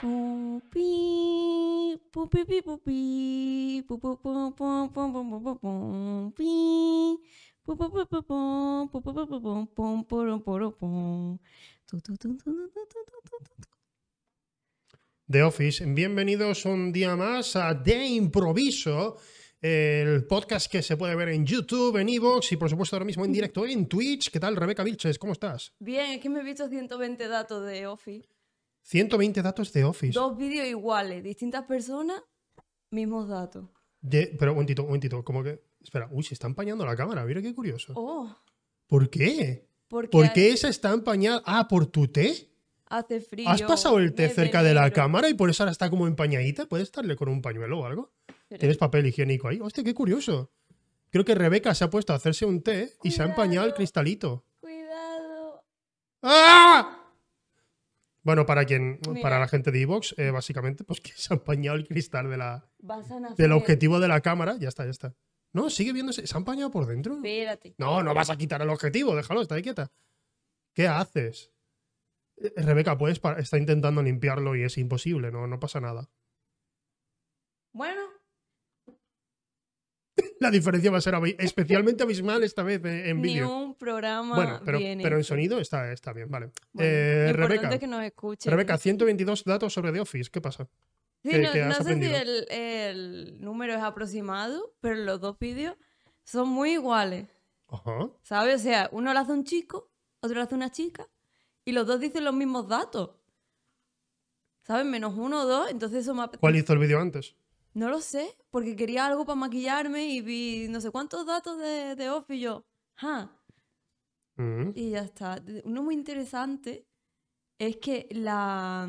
Pupi, pupi, pi, pupi, pu, pu, pu, pu, pu, pu, pu, pu, pum, pi, pu, pu, pu, pu, pum, pu, pu, pu, pu, pum, pum, purum, purum, pum. Tu, tu, tu, tu, tu, tu, tu, tu, tu. The Office. Bienvenidos un día más a De Improviso, el podcast que se puede ver en YouTube, en Evox y por supuesto ahora mismo en directo en Twitch. ¿Qué tal, Rebeca Vilches? ¿Cómo estás? Bien, es que me he visto 120 datos de Office. 120 datos de Office. Dos vídeos iguales, distintas personas, mismos datos. Pero un momentito, como que... Espera, uy, se está empañando la cámara, mira qué curioso. Oh, ¿Por qué? porque ¿Por qué esa está empañada? Ah, ¿por tu té? hace frío. ¿Has pasado el té mes cerca de la enero. cámara y por eso ahora está como empañadita? ¿Puedes darle con un pañuelo o algo? Espera. ¿Tienes papel higiénico ahí? Hostia, qué curioso. Creo que Rebeca se ha puesto a hacerse un té y se ha empañado el Cuidado. cristalito. Cuidado. ¡Ah! Bueno, para Mira. la gente de Evox, básicamente, pues que se ha empañado el cristal Vas a nacer. del objetivo de la cámara. Ya está, ya está. No, sigue viéndose. ¿Se ha empañado por dentro? Espérate. No, no vas a quitar el objetivo, déjalo, está ahí quieta. ¿Qué haces? Rebeca, está intentando limpiarlo y es imposible, no pasa nada. Bueno, La diferencia va a ser especialmente abismal esta vez en ni vídeo. un programa Bueno, bien pero en hecho. sonido está bien, vale. Bueno, lo importante Rebeca, es que nos escuchen. Rebeca, 122 datos sobre The Office, ¿qué pasa? Sí, ¿Qué no has sé si aprendido? el número es aproximado, pero los dos vídeos son muy iguales. Ajá. ¿Sabes? O sea, uno lo hace un chico, otro lo hace una chica, y los dos dicen los mismos datos. ¿Sabes? Menos uno o dos, entonces eso me ¿Cuál hizo el vídeo antes? No lo sé, porque quería algo para maquillarme y vi no sé cuántos datos de Office y yo. ¡Ja! Mm. Y ya está. Uno muy interesante es que la...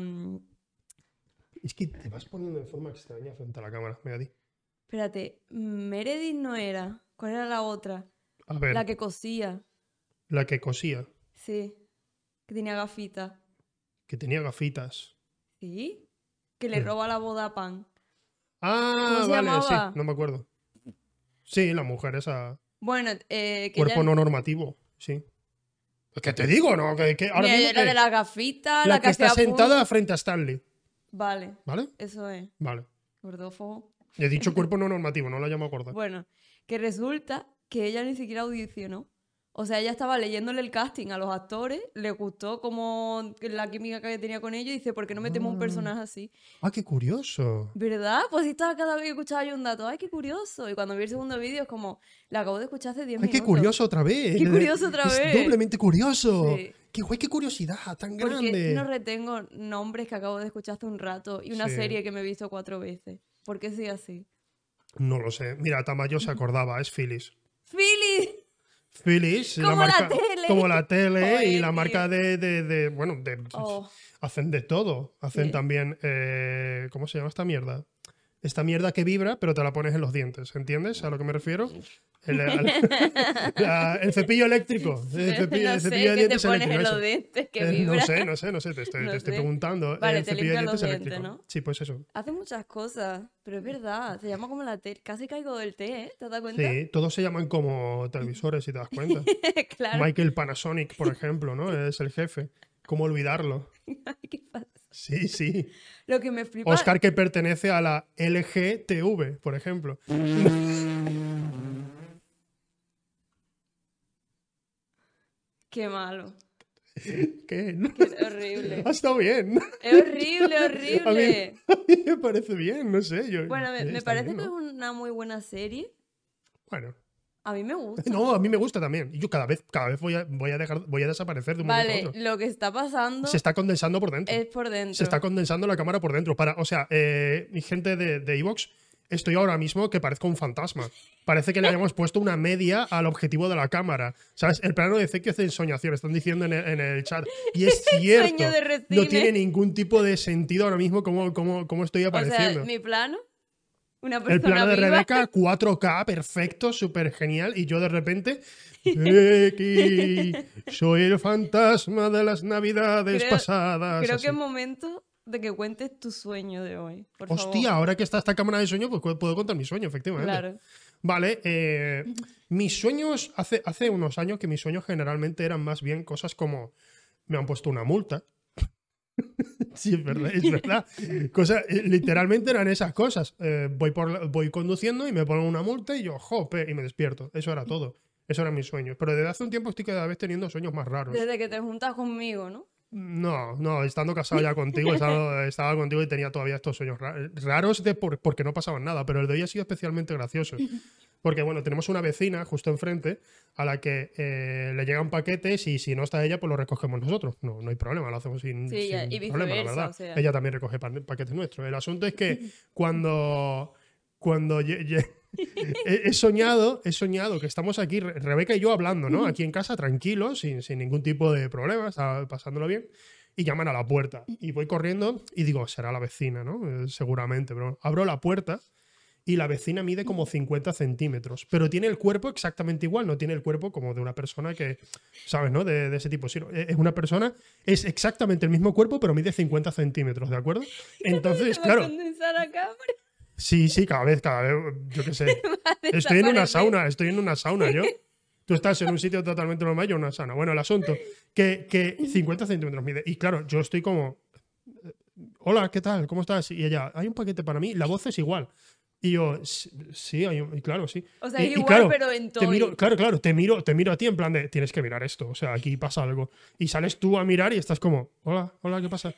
Es que te vas poniendo de forma extraña frente a la cámara, mira a ti. Espérate, Meredith no era. ¿Cuál era la otra? A ver, La que cosía. la que cosía, Sí. Que tenía gafitas. que tenía gafitas. ¿Sí? Que le roba la boda a Pan. Ah, ¿Cómo se vale, sí, llamaba? no me acuerdo. Sí, la mujer esa. Bueno, que Cuerpo ella... no normativo, sí. ¿Qué te digo? No, que ahora Mira, mismo la de las gafitas, la la que que está hacía sentada pum. frente a Stanley. Vale, ¿Vale? eso es. Vale. Gordófobo. He dicho cuerpo no normativo, no la llamo gorda. Bueno, que resulta que ella ni siquiera audicionó. O sea, ella estaba leyéndole el casting a los actores, le gustó como la química que tenía con ellos y dice, ¿por qué no metemos un personaje así? Ah, qué curioso. ¿Verdad? Pues sí estaba cada vez que escuchaba yo un dato, ¡ay, qué curioso! Y cuando vi el segundo vídeo es como, la acabo de escuchar hace 10 ¡Ay, qué minutos. curioso otra vez! ¡Qué curioso otra Es vez! doblemente curioso. Sí. ¡Qué guay, qué curiosidad tan Porque grande! no retengo nombres que acabo de escuchar hace un rato y una Sí. serie que me he visto 4 veces. ¿Por qué soy así? No lo sé. Mira, Tamayo se acordaba, es Phyllis. ¡Philly! Philips, la Como la marca, tele. como la tele y Joder, la marca tío. bueno, Oh, hacen de todo. Hacen sí. también, ¿cómo se llama esta mierda? Esta mierda que vibra, pero te la pones en los dientes, ¿entiendes a lo que me refiero? El cepillo eléctrico, el cepillo No sé de qué te dientes pones eléctrico, en los eso. dientes que No vibra. sé, te estoy No sé. preguntando. Vale, El te cepillo de limpia los dientes dientes, eléctrico. ¿no? Sí, pues eso. Hace muchas cosas, pero es verdad. Se llama como la tele. Casi caigo del té, ¿eh? ¿Te has dado cuenta? Sí, todos se llaman como televisores, si te das cuenta. Claro. Michael Panasonic, por ejemplo, ¿no? Es el jefe. ¿Cómo olvidarlo? Ay, ¿qué pasa? Sí, sí. Lo que me flipa... Oscar que pertenece a la LGTV, por ejemplo. Qué malo. ¿Qué? ¿No? Qué horrible. Ha estado bien. Es horrible, A horrible. mí me parece bien, no sé. Bueno, me está parece bien, que es ¿no? una muy buena serie. Bueno. A mí me gusta. No, a mí me gusta también. Y yo cada vez voy a desaparecer de un momento a Vale, otro. lo que está pasando Se está condensando por dentro. es por Se dentro. está condensando la cámara por dentro. O sea, mi gente de Evox, estoy ahora mismo que parezco un fantasma. Parece que le hayamos puesto una media al objetivo de la cámara. ¿Sabes? El plano de Ezequiel es de ensoñación, están diciendo en el chat. Y es cierto. Sueño de No recine. tiene ningún tipo de sentido ahora mismo cómo estoy O apareciendo. sea, mi plano, una El persona plano de viva. Rebeca, 4K, perfecto, súper genial. Y yo de repente, Becky, soy el fantasma de las navidades pasadas. Creo así. que es momento de que cuentes tu sueño de hoy, por Hostia, favor. ahora que está esta cámara de sueño, pues puedo contar mi sueño, efectivamente. Claro. Vale, mis sueños, hace unos años que mis sueños generalmente eran más bien cosas como me han puesto una multa. Sí, es verdad, es verdad. Literalmente eran esas cosas. Voy conduciendo y me ponen una multa y yo, jope, y me despierto. Eso era todo. Eso eran mis sueños. Pero desde hace un tiempo estoy cada vez teniendo sueños más raros. Desde que te juntas conmigo, ¿no? No, no, estando casado ya contigo, estaba contigo y tenía todavía estos sueños raros porque no pasaban nada, pero el de hoy ha sido especialmente gracioso. Porque, bueno, tenemos una vecina justo enfrente a la que le llegan paquetes y si no está ella, pues lo recogemos nosotros. No, no hay problema, lo hacemos Sí, y sin problema, la viceversa, o verdad. sea. Ella también recoge paquetes nuestros. El asunto es que cuando he soñado que estamos aquí, Rebeca y yo hablando, ¿no? Aquí en casa, tranquilos, sin ningún tipo de problemas, pasándolo bien. Y llaman a la puerta. Y voy corriendo y digo, será la vecina, ¿no? Seguramente, pero abro la puerta y la vecina mide como 50 centímetros, pero tiene el cuerpo exactamente igual, no tiene el cuerpo como de una persona que, ¿sabes, no? De ese tipo. Es una persona, es exactamente el mismo cuerpo, pero mide 50 centímetros, ¿de acuerdo? Se Entonces, va a claro, condensar la cámara. sí, cada vez, yo qué sé. Va a Estoy desaparecer. en una sauna yo. Tú estás en un sitio totalmente normal, yo en una sauna. Bueno, el asunto, que 50 centímetros mide. Y claro, yo estoy como, hola, ¿qué tal? ¿Cómo estás? Y ella, hay un paquete para mí, la voz es igual. Y yo, sí, y claro, sí. O sea, es Y igual, claro, pero en te miro, Toy. claro, te miro a ti en plan de, tienes que mirar esto, o sea, aquí pasa algo. Y sales tú a mirar y estás como, hola, ¿qué pasa?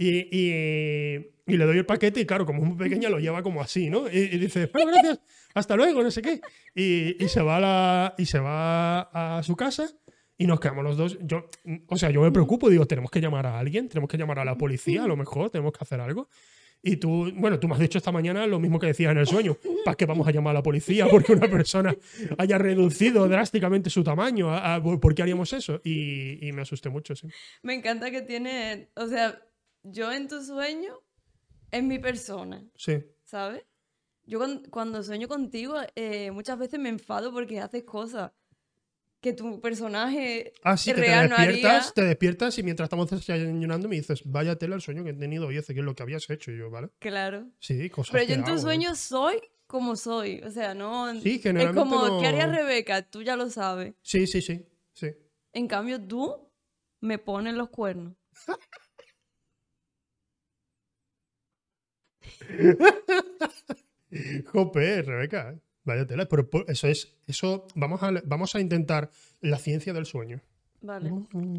Y le doy el paquete y claro, como es muy pequeña, lo lleva como así, ¿no? Y dice, bueno, gracias, hasta luego, no sé qué. Y se va a su casa y nos quedamos los dos. O sea, yo me preocupo, digo, tenemos que llamar a alguien, tenemos que llamar a la policía, a lo mejor, tenemos que hacer algo. Y tú me has dicho esta mañana lo mismo que decías en el sueño. ¿Para qué vamos a llamar a la policía? Porque una persona haya reducido drásticamente su tamaño. ¿Por qué haríamos eso? Y me asusté mucho, sí. Me encanta que tiene. O sea, yo en tu sueño es mi persona, Sí. ¿sabes? Yo cuando sueño contigo, muchas veces me enfado porque haces cosas que tu personaje Ah, sí, que real no haría. te despiertas y mientras estamos desayunando me dices, vaya tela el sueño que he tenido hoy, que es lo que habías hecho. Y yo, ¿vale? Claro. Sí, Pero cosas yo que en tus hago, ¿eh? sueños soy como soy. O sea, no. Sí, Es generalmente como, ¿qué haría no. Rebeca? Tú ya lo sabes. Sí. En cambio, tú me pones los cuernos. Jope, Rebeca. Vaya tela. Pero eso, vamos a intentar la ciencia del sueño. Vale.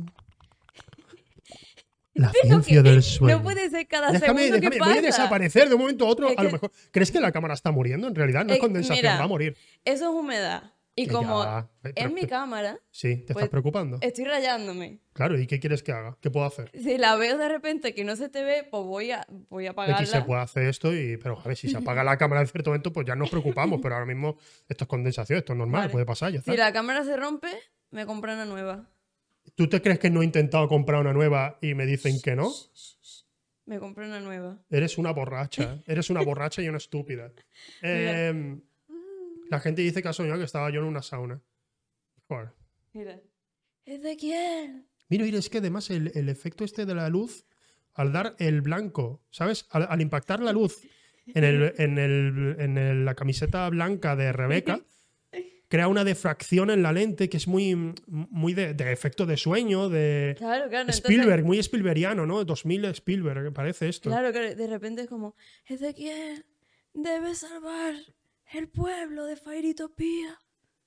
La Pero ciencia del que no sueño. puede ser cada Déjame, segundo que déjame, voy a pasa. desaparecer de un momento a otro. Es A lo que, mejor. ¿Crees que la cámara está muriendo? En realidad no es condensación, va a mira, morir. eso es humedad. Y Que como ya. es mi cámara, Sí, te estás pues preocupando. estoy rayándome. Claro, ¿y qué quieres que haga? ¿Qué puedo hacer? Si la veo de repente que no se te ve, pues voy a X se apagarla. puede hacer esto, pero a ver, si se apaga la cámara en cierto momento, pues ya nos preocupamos. Pero ahora mismo esto es condensación, esto es normal, Vale. puede pasar, ya Si está. la cámara se rompe, me compro una nueva. ¿Tú te crees que no he intentado comprar una nueva y me dicen que no? Me compro una nueva. Eres una borracha. Eres una borracha y una estúpida. Mira, La gente dice que ha soñado que estaba yo en una sauna. Joder. mira. Ezequiel. Mira, es que además el efecto este de la luz, al dar el blanco, ¿sabes? Al impactar la luz en la camiseta blanca de Rebeca, crea una diffracción en la lente que es muy de efecto de sueño, de Claro, entonces, Spielberg, muy Spielbergiano, ¿no? 2000 Spielberg, parece esto. claro, que de repente es como, Ezequiel, debes salvar el pueblo de Fairytopía.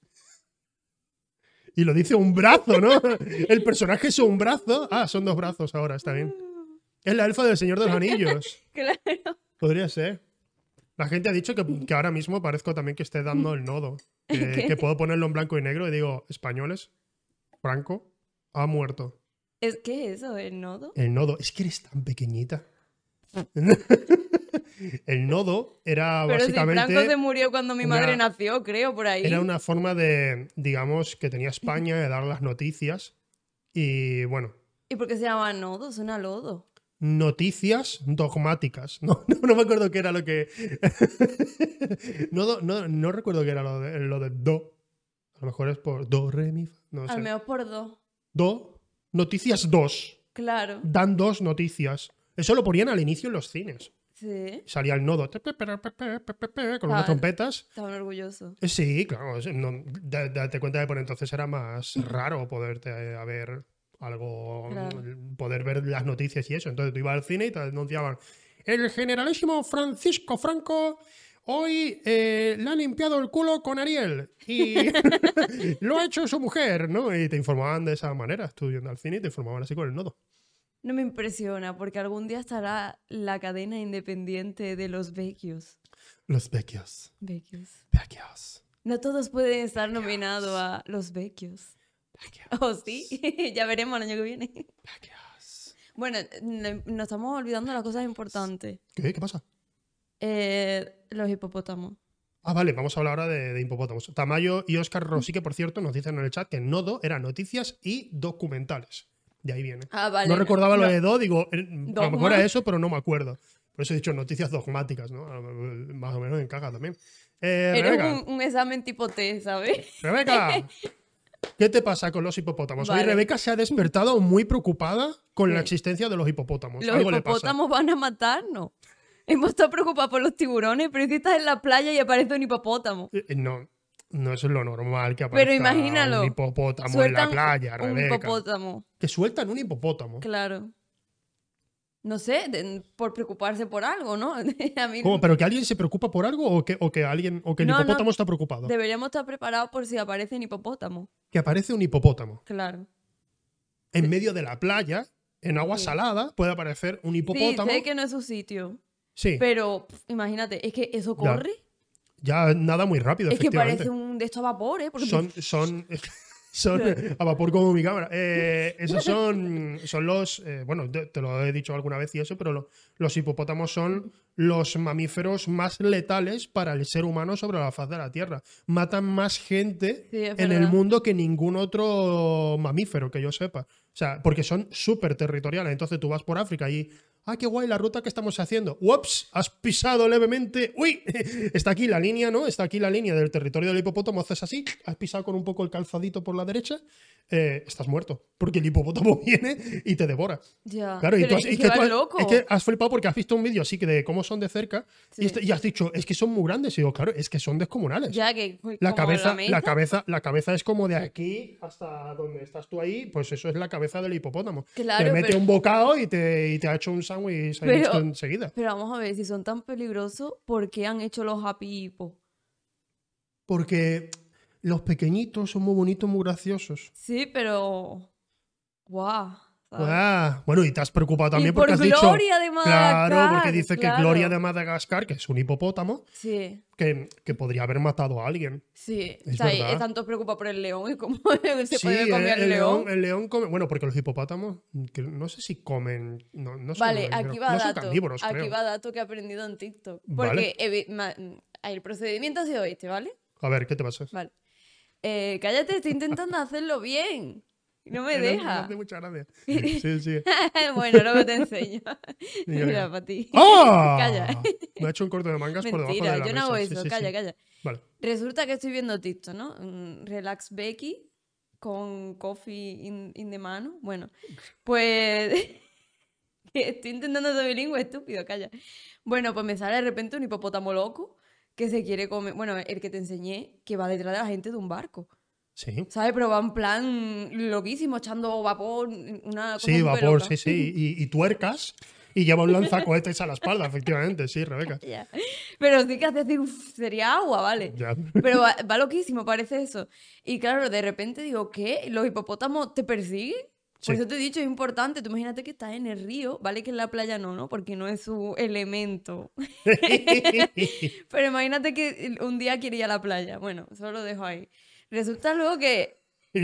Y lo dice un brazo, ¿no? El personaje es un brazo. Ah, son dos brazos ahora, está bien. Es la elfa del Señor de los Anillos. Claro. Podría ser. La gente ha dicho que ahora mismo parezco también que esté dando el nodo. Que ¿Qué? puedo ponerlo en blanco y negro y digo, españoles, Franco ha muerto. ¿Qué es eso? ¿El nodo? El nodo, es que eres tan pequeñita. El nodo era Pero si Franco se básicamente murió cuando mi madre nació, creo, por era ahí. una forma de, digamos, que tenía España de dar las noticias. Y bueno, ¿Y por qué se llama nodo? Suena a lodo. noticias dogmáticas. No me acuerdo qué era lo que. No recuerdo qué era lo de do. A lo mejor es por do, re, mi, fa. No Al sé. menos por dos. Do. Noticias 2. Claro. Dan dos noticias. Eso lo ponían al inicio en los cines. Sí. Salía el nodo con unas trompetas. Estaban orgullosos. Sí, claro. Date cuenta que por entonces era más raro poderte haber algo, Claro. poder ver las noticias y eso. Entonces tú ibas al cine y te anunciaban, el generalísimo Francisco Franco hoy le ha limpiado el culo con Ariel y lo ha hecho su mujer, ¿no? Y te informaban de esa manera, tú yendo al cine y te informaban así con el nodo. No me impresiona, porque algún día estará la cadena independiente de los vecchios. Los vecchios. Vecchios. Vecchios. No todos pueden estar nominados a los vecchios. Vecchios. ¿Oh, sí? Ya veremos el año que viene. Vecchios. Bueno, nos estamos olvidando de las cosas importantes. ¿Qué? ¿Qué pasa? Los hipopótamos. Ah, vale, vamos a hablar ahora de hipopótamos. Tamayo y Óscar Rosique, por cierto, nos dicen en el chat que Nodo era noticias y documentales. De ahí viene. Ah, vale. No recordaba lo no. de Do, digo, a lo Dogma. mejor era eso, pero no me acuerdo. Por eso he dicho noticias dogmáticas, ¿no? Más o menos encaja también. Eres Rebeca, un examen tipo T, ¿sabes? Rebeca, ¿qué te pasa con los hipopótamos? Hoy Vale. Rebeca se ha despertado muy preocupada con la Sí. existencia de los hipopótamos. Los Algo le pasa. hipopótamos van a matarnos. Hemos estado preocupados por los tiburones, pero es que estás en la playa y aparece un hipopótamo. No, no es lo normal que aparezca Pero imagínalo. un hipopótamo en Sueltan la playa, un Rebeca. hipopótamo. Que sueltan un hipopótamo. Claro. No sé, por preocuparse por algo, ¿no? A mí ¿Cómo? ¿Pero que alguien se preocupa por algo o que alguien o que el No, no. hipopótamo está preocupado? deberíamos estar preparados por si aparecen hipopótamos. Que aparece un hipopótamo. Claro. En medio de la playa, en agua Sí. salada, puede aparecer un Sí, hipopótamo. sé que no es su sitio. Sí, Pero imagínate, es que eso Ya. corre. ya nada muy rápido, Es que efectivamente. parece un de estos a vapor, ¿eh? Porque Son a vapor como mi cámara. Esos son los. Bueno, te lo he dicho alguna vez y eso, pero los hipopótamos son los mamíferos más letales para el ser humano sobre la faz de la Tierra. Matan más gente Sí, es en el verdad. mundo que ningún otro mamífero que yo sepa. O sea, porque son súper territoriales. Entonces tú vas por África y. ¡Ah, qué guay la ruta que estamos haciendo! ¡Ups! Has pisado levemente. ¡Uy! Está aquí la línea, ¿no? Está aquí la línea del territorio del hipopótamo. Haces así, has pisado con un poco el calzadito por la derecha. Estás muerto. Porque el hipopótamo viene y te devora. Ya. Claro, y Pero tú has, es y que que vas tú has- loco. es que has flipado porque has visto un vídeo así que de cómo son de cerca Sí. y has dicho, es que son muy grandes. Y digo, claro, es que son descomunales. Ya que La como cabeza, mesa. la cabeza es como de aquí hasta donde estás tú ahí, pues eso es la cabeza del hipopótamo. Claro, te mete pero- un bocado y te ha hecho un sándwich ahí Pero- mixto enseguida. Pero vamos a ver, si son tan peligrosos, ¿por qué han hecho los happy hippo? Porque los pequeñitos son muy bonitos, muy graciosos. Sí, pero. ¡Guau! ¿sabes? Ah, bueno, y te has preocupado también Y por porque has dicho. Gloria de Madagascar. Claro, porque dice que claro. Gloria de Madagascar, que es un hipopótamo, Sí, que podría haber matado a alguien. sí. Es o sea, verdad. están todos preocupados por el león y cómo se Sí, puede comer el león. el león come. Bueno, porque los hipopótamos, que no sé si comen. No son, Vale, aquí va no son dato. carnívoros, Aquí creo. va dato que he aprendido en TikTok. Vale. Porque el procedimiento ha sido este, ¿vale? A ver, ¿qué te pasa? Vale. Cállate, estoy intentando hacerlo bien. Y no me Me deja. hace mucha gracia. Sí, sí. Bueno, luego te enseño. Mira, Mira, para ti. ¡Ah! Calla. Me ha hecho un corte de mangas por debajo de Mentira, la yo no hago mesa. Sí, eso. sí, Calla, sí. calla. Vale. Resulta que estoy viendo TikTok, ¿no? Relax Becky con coffee in the mano. Bueno, pues que estoy intentando ser bilingüe, estúpido, calla. Bueno, pues me sale de repente un hipopótamo loco que se quiere comer. Bueno, el que te enseñé, que va detrás de la gente de un barco. Sí. ¿Sabes? Pero va en plan loquísimo, echando vapor, una cosa Sí, súper vapor, loca. sí, sí. Y tuercas. Y lleva un lanzacohetes a la espalda, efectivamente. Sí, Rebeca. Ya. Pero sí que hace decir, "Uf, sería agua, vale. Ya. Pero va loquísimo, parece eso. Y claro, de repente digo, ¿qué? ¿Los hipopótamos te persiguen? Sí. Por eso te he dicho, es importante. Tú imagínate que estás en el río, vale que en la playa no, ¿no? Porque no es su elemento. Pero imagínate que un día quiere ir a la playa. Bueno, eso lo dejo ahí. Resulta luego que El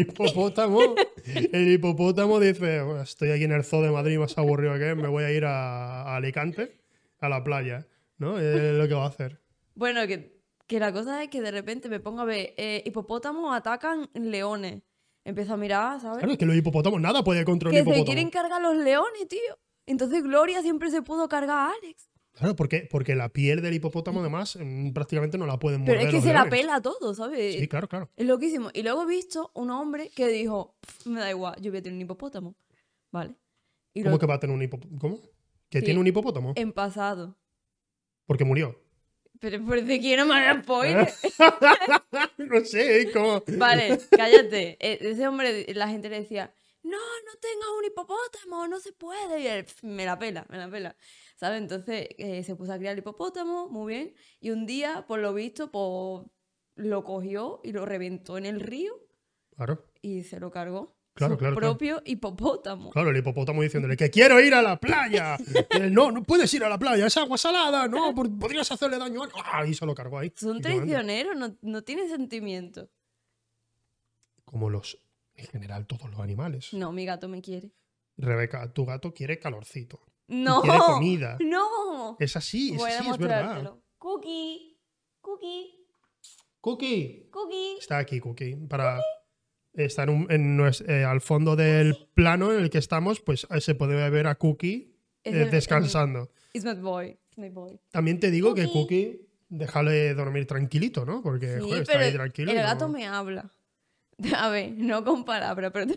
hipopótamo dice, "Bueno, estoy aquí en el zoo de Madrid más aburrido que es, me voy a ir a Alicante, a la playa, ¿no? Es lo que va a hacer. Bueno, que la cosa es que de repente me pongo a ver, hipopótamos atacan leones. Empiezo a mirar, ¿sabes? Claro, es que los hipopótamos, nada puede contra un Que se hipopótamo. quieren cargar los leones, tío. Entonces Gloria siempre se pudo cargar a Alex. Claro, porque la piel del hipopótamo, además, prácticamente no la pueden morder Pero es que los se la leones. pela todo, ¿sabes? Sí, claro, claro. Es loquísimo. Y luego he visto un hombre que dijo, me da igual, yo voy a tener un hipopótamo. ¿Vale? Y ¿Cómo lo que va a tener un hipopótamo? ¿Cómo? ¿Que Sí. tiene un hipopótamo? en pasado. Porque murió. Pero por de quién no me hagas spoiler. No sé, ¿cómo? Vale, cállate. Ese hombre, la gente le decía, no, no tengas un hipopótamo, no se puede. Y él, me la pela, me la pela. ¿Sabes? Entonces se puso a criar el hipopótamo, muy bien. Y un día, por lo visto, pues lo cogió y lo reventó en el río Claro, y se lo cargó. claro, Su claro, claro. propio hipopótamo. Claro, el hipopótamo diciéndole que quiero ir a la playa. No, no puedes ir a la playa, es agua salada, no, podrías hacerle daño. Y se lo cargó ahí. Son efectivamente. traicioneros, no tienen sentimientos. Como en general, todos los animales. No, mi gato me quiere. Rebeca, tu gato quiere calorcito. ¡No! Y quiere comida. ¡No! Es así, Voy a es verdad. demostrártelo. Cookie, Cookie, Cookie. Cookie. Está aquí, Cookie. Está al fondo del plano en el que estamos, pues se puede ver a Cookie Es descansando. It's my boy. It's my boy. También te digo que Cookie. Cookie, déjale dormir tranquilito, ¿no? Porque, Sí, joder, está pero ahí tranquilo. el y gato no- me habla. A ver, no con palabras, pero...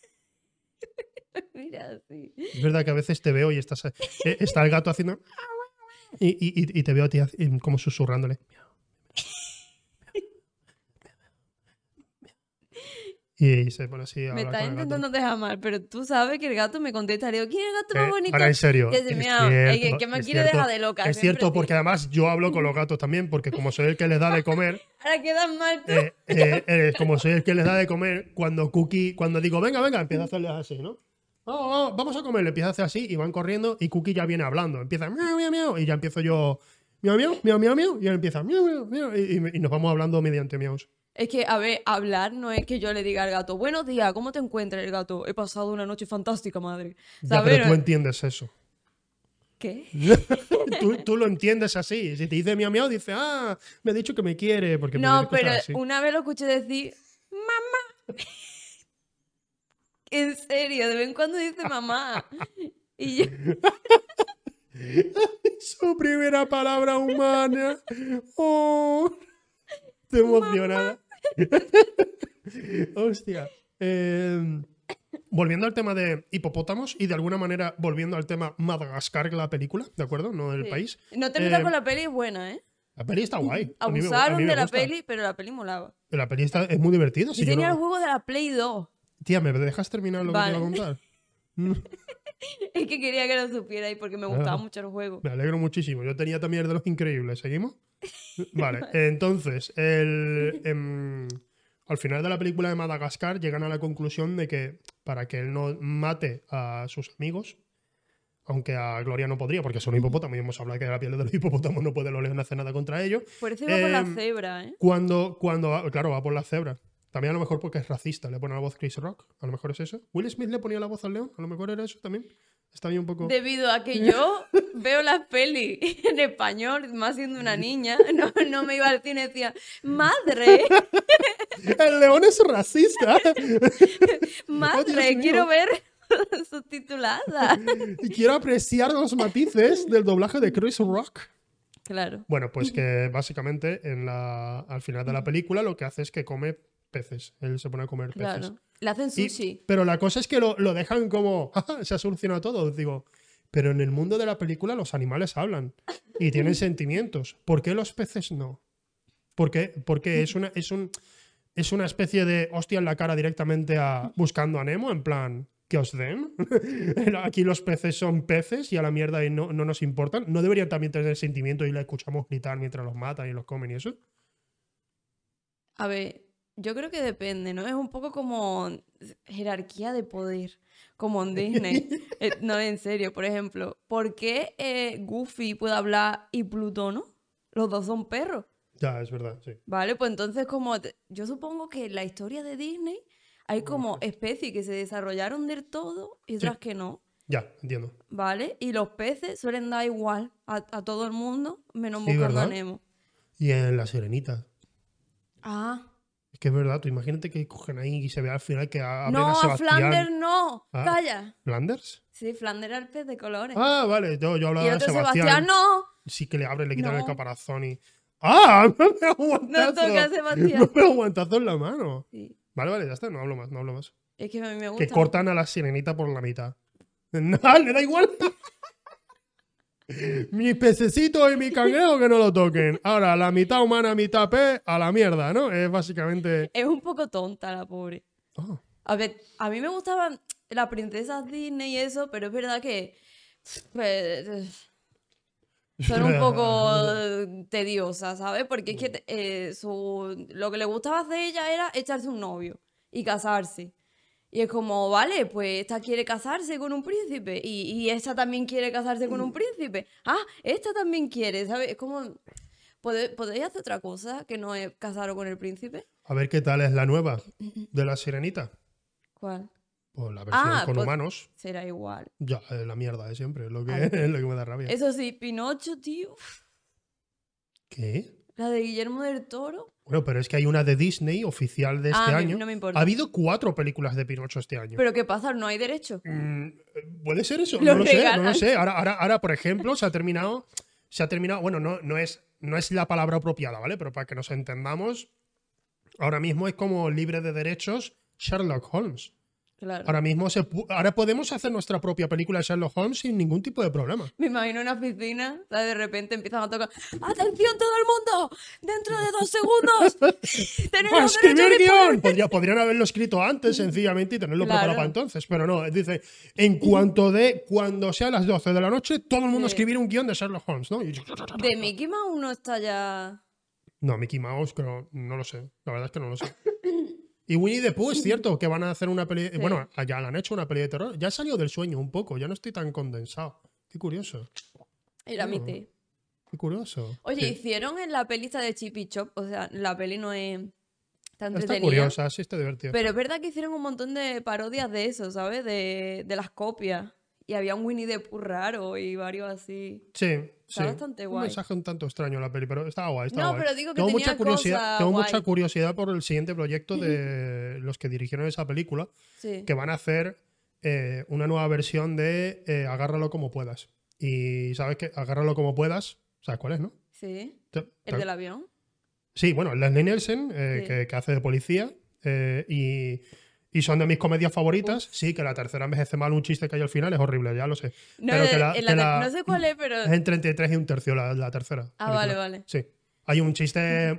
Mira así. Es verdad que a veces te veo y está el gato haciendo... Y te veo a ti como susurrándole. Y se pone así a Me hablar estás con el gato. intentando dejar mal, pero tú sabes que el gato me contesta. Le digo, ¿quién es el gato más bonito? Ahora en serio, Y así, es "Miau". cierto, Que me es quiere cierto, dejar de loca. es siempre cierto, sí. porque además yo hablo con los gatos también, porque como soy el que les da de comer, Ahora quedas mal tú. como soy el que les da de comer, cuando digo, venga, empieza a hacerles así, ¿no? Vamos a comer, le empieza a hacer así y van corriendo y Cookie ya viene hablando. Empieza miau, miau, miau, y ya empiezo yo miau, miau, miau, miau, miau, y él empieza miau, miau, miau, y nos vamos hablando mediante miaus. Es que, a ver, hablar no es que yo le diga al gato, buenos días, ¿cómo te encuentras? El gato, he pasado una noche fantástica, madre. Ya, ¿Sabes? pero tú entiendes eso. ¿Qué? Tú lo entiendes así. Si te dice miau, miau, dice, me ha dicho que me quiere, porque me No, dice cosas pero así. una vez lo escuché decir, mamá. En serio, de vez en cuando dice mamá. Y yo, Su primera palabra humana. Oh, te emociona. Hostia. Volviendo al tema de hipopótamos y de alguna manera volviendo al tema Madagascar, la película, ¿de acuerdo? No el sí. país. No te metas Eh, con la peli, es buena, ¿eh? La peli está guay. A mí Abusaron me de la gusta. peli, pero la peli molaba. La peli es muy divertida. Yo tenía el juego de la Play 2. Tía, ¿me dejas terminar lo que te iba a Vale. contar? Es que quería que lo supierais porque me gustaba Ah. mucho el juego. Me alegro muchísimo. Yo tenía también el de los increíbles. ¿Seguimos? Vale. Entonces, al final de la película de Madagascar llegan a la conclusión de que para que él no mate a sus amigos, aunque a Gloria no podría, porque son hipopótamos y hemos hablado que la piel de los hipopótamos no puede los leones hacer nada contra ellos. Por eso iba por la Em, cebra, ¿eh? Claro, va por la cebra. También a lo mejor porque es racista, le pone la voz Chris Rock. A lo mejor es eso. Will Smith le ponía la voz al león. A lo mejor era eso también. Está bien un poco. Debido a que yo veo las pelis en español, más siendo una niña, no me iba al cine y decía, ¡madre! ¡El león es racista! ¡Madre! mío. Quiero ver subtitulada. Y quiero apreciar los matices del doblaje de Chris Rock. Claro. Bueno, pues que básicamente al final de la película lo que hace es que come peces. Él se pone a comer peces. Claro. Le hacen sushi. Pero la cosa es que lo dejan como, "Ja, se ha solucionado todo". Digo, pero en el mundo de la película los animales hablan y tienen sentimientos. ¿Por qué los peces no? Porque es una especie de hostia en la cara directamente buscando a Nemo, en plan, que os den. Aquí los peces son peces y a la mierda y no nos importan. ¿No deberían también tener sentimientos y la escuchamos gritar mientras los matan y los comen y eso? A ver, yo creo que depende, ¿no? Es un poco como jerarquía de poder, como en Disney. No, en serio, por ejemplo, ¿por qué Goofy puede hablar y Plutón no? Los dos son perros. Ya, es verdad, sí. Vale, pues entonces yo supongo que en la historia de Disney hay como especies que se desarrollaron del todo y otras que no, Ya, entiendo. ¿vale? Y los peces suelen dar igual a todo el mundo, menos Sí, buscando a ¿verdad? Nemo. Y en La Sirenita. Ah, Es que es verdad, tú imagínate que cogen ahí y se ve al final que abren no, a a Sebastián. Flanders no, Ah. calla. ¿Flanders? Sí, Flanders era el pez de colores. Ah, vale, yo y hablaba el de otro Sebastián. Sebastián no. Sí que le abren, le quitan el No. caparazón y... ¡Ah! ¡Me pega un No guantazo! toca a Me Sebastián. pega un guantazo en la mano. Sí. Vale, ya está, no hablo más. Es que a mí me Que gusta. cortan a la sirenita por la mitad. No, le da igual. Mi pececito y mi cangrejo que no lo toquen. Ahora, la mitad humana, mitad pez, a la mierda, ¿no? Es básicamente... Es un poco tonta la pobre. Oh, A ver, a mí me gustaban las princesas Disney y eso, pero es verdad que pues, son un poco tediosas, ¿sabes? Porque es que lo que le gustaba hacer ella era echarse un novio y casarse. Y es como, vale, pues esta quiere casarse con un príncipe y esta también quiere casarse con un príncipe. Ah, esta también quiere, ¿sabes? Es como, ¿podéis hacer otra cosa que no es casaros con el príncipe? A ver qué tal es la nueva de la Sirenita. ¿Cuál? Pues la versión con Pues humanos. será igual. Ya, la mierda de siempre, es lo que, Ay, es lo que me da rabia. eso sí, Pinocho, tío. ¿Qué? La de Guillermo del Toro. Bueno, pero es que hay una de Disney oficial de este año. No me Ha importa. habido 4 películas de Pinocho este año. ¿Pero qué pasa? ¿No hay derecho? ¿Puede ser eso? Lo No lo sé, no regalan. lo sé. Ahora, por ejemplo, se ha terminado. Bueno, no es la palabra apropiada, ¿vale? Pero para que nos entendamos, ahora mismo es como libre de derechos Sherlock Holmes. Claro. Ahora mismo ahora podemos hacer nuestra propia película de Sherlock Holmes sin ningún tipo de problema. Me imagino una oficina, ¿sabes? De repente empiezan a tocar. ¡Atención todo el mundo! ¡Dentro de 2 segundos! ¡A ¡Tenemos derecho escribir de guión! Podrían haberlo escrito antes, sencillamente, y tenerlo Claro. preparado para entonces. Pero no, dice, cuando sea las 12 de la noche, todo el mundo Sí. escribir un guión de Sherlock Holmes, ¿no? De Mickey Mouse no está ya. No, Mickey Mouse, creo, no lo sé. La verdad es que no lo sé. Y Winnie the Pooh, es cierto que van a hacer una peli. Sí. Bueno, ya la han hecho una peli de terror. Ya salió del sueño un poco, ya no estoy tan condensado. Qué curioso. Era mi Oh. té. Qué curioso. Oye, Sí. hicieron en la pelista de Chip y Chop, o sea, la peli no es tan Está entretenida. curiosa, sí está divertida. Pero es verdad que hicieron un montón de parodias de eso, ¿sabes? De las copias. Y había un Winnie the Pooh raro y varios así. Sí, Está sí. bastante Un guay. mensaje un tanto extraño la peli, pero estaba guay, estaba No, guay. pero digo que Tengo tenía mucha curiosidad, cosas tengo guay. mucha curiosidad por el siguiente proyecto de los que dirigieron esa película, Sí. que van a hacer una nueva versión de Agárralo como puedas. Y sabes que Agárralo como puedas, ¿sabes cuál es, no? Sí. Te- El del avión. Sí, bueno, Leslie Nielsen, Sí. que hace de policía, y son de mis comedias favoritas. Sí, que la tercera envejece mal, un chiste que hay al final es horrible, ya lo sé. No, Pero no sé cuál es, pero. es entre 33 y un tercio la tercera. Ah, película. vale, vale. Sí. Hay un chiste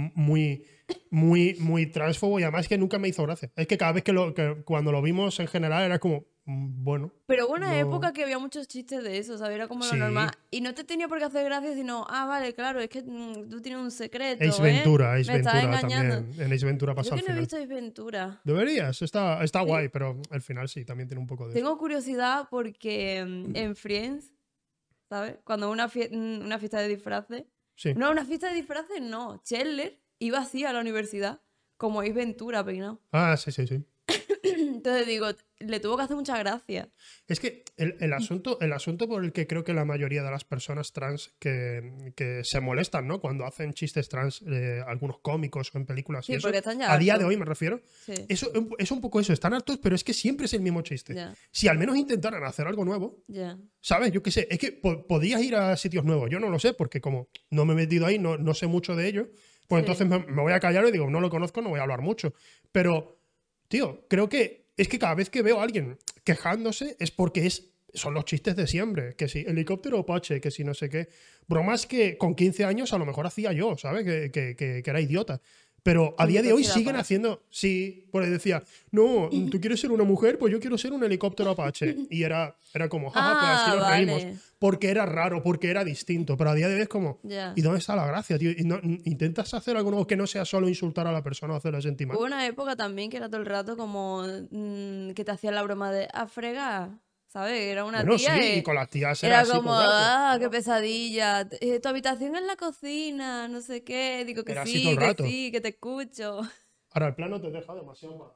muy transfobo y además que nunca me hizo gracia. Es que cada vez que cuando lo vimos en general era como, bueno. Pero hubo una no- época que había muchos chistes de eso, ¿sabes? Era como lo Sí. normal. Y no te tenía por qué hacer gracia, sino, vale, claro, es que tú tienes un secreto, Ace Ventura, ¿eh? Ace Me estás Ventura engañando. también. En Ace Ventura Yo pasa al que no he final. visto Ace Ventura. Deberías, está guay, pero al final sí, también tiene un poco de eso. Tengo curiosidad porque en Friends, ¿sabes? Cuando una fiesta de disfraces. Sí. No, una fiesta de disfraces no. Chandler iba así a la universidad, como Ace Ventura peinado. Ah, sí, sí, sí. Entonces digo, le tuvo que hacer mucha gracia. Es que el asunto por el que creo que la mayoría de las personas trans que se molestan, ¿no? Cuando hacen chistes trans, algunos cómicos o en películas y Sí, eso, porque están ya a día de hartos. hoy me refiero, Sí. eso es un poco eso, están hartos, pero es que siempre es el mismo chiste. Ya, Si al menos intentaran hacer algo nuevo, ya. ¿sabes? Yo qué sé, es que podías ir a sitios nuevos, yo no lo sé, porque como no me he metido ahí, no sé mucho de ello, pues Sí. entonces me voy a callar y digo, no lo conozco, no voy a hablar mucho. Pero, tío, creo que es que cada vez que veo a alguien quejándose es porque son los chistes de siempre, que si helicóptero Apache, que si no sé qué. Bromas que con 15 años a lo mejor hacía yo, ¿sabes? Que era idiota. Pero a día de hoy Helicóptero siguen Apache. haciendo. Sí, pues decía, no, tú quieres ser una mujer, pues yo quiero ser un helicóptero Apache. Y era como, jaja, pues así nos reímos. Vale. Porque era raro, porque era distinto. Pero a día de hoy es como, Ya. ¿y dónde está la gracia, tío? Y intentas hacer algo nuevo que no sea solo insultar a la persona o hacerla sentir mal. Hubo una época también que era todo el rato como que te hacían la broma de a fregar, ¿sabes? Era una Bueno, tía sí, y y con las tías era era así como, todo el rato. qué pesadilla. Tu habitación es la cocina, no sé qué. Digo Era así todo el rato. que te escucho. Ahora el plano te deja demasiado mal.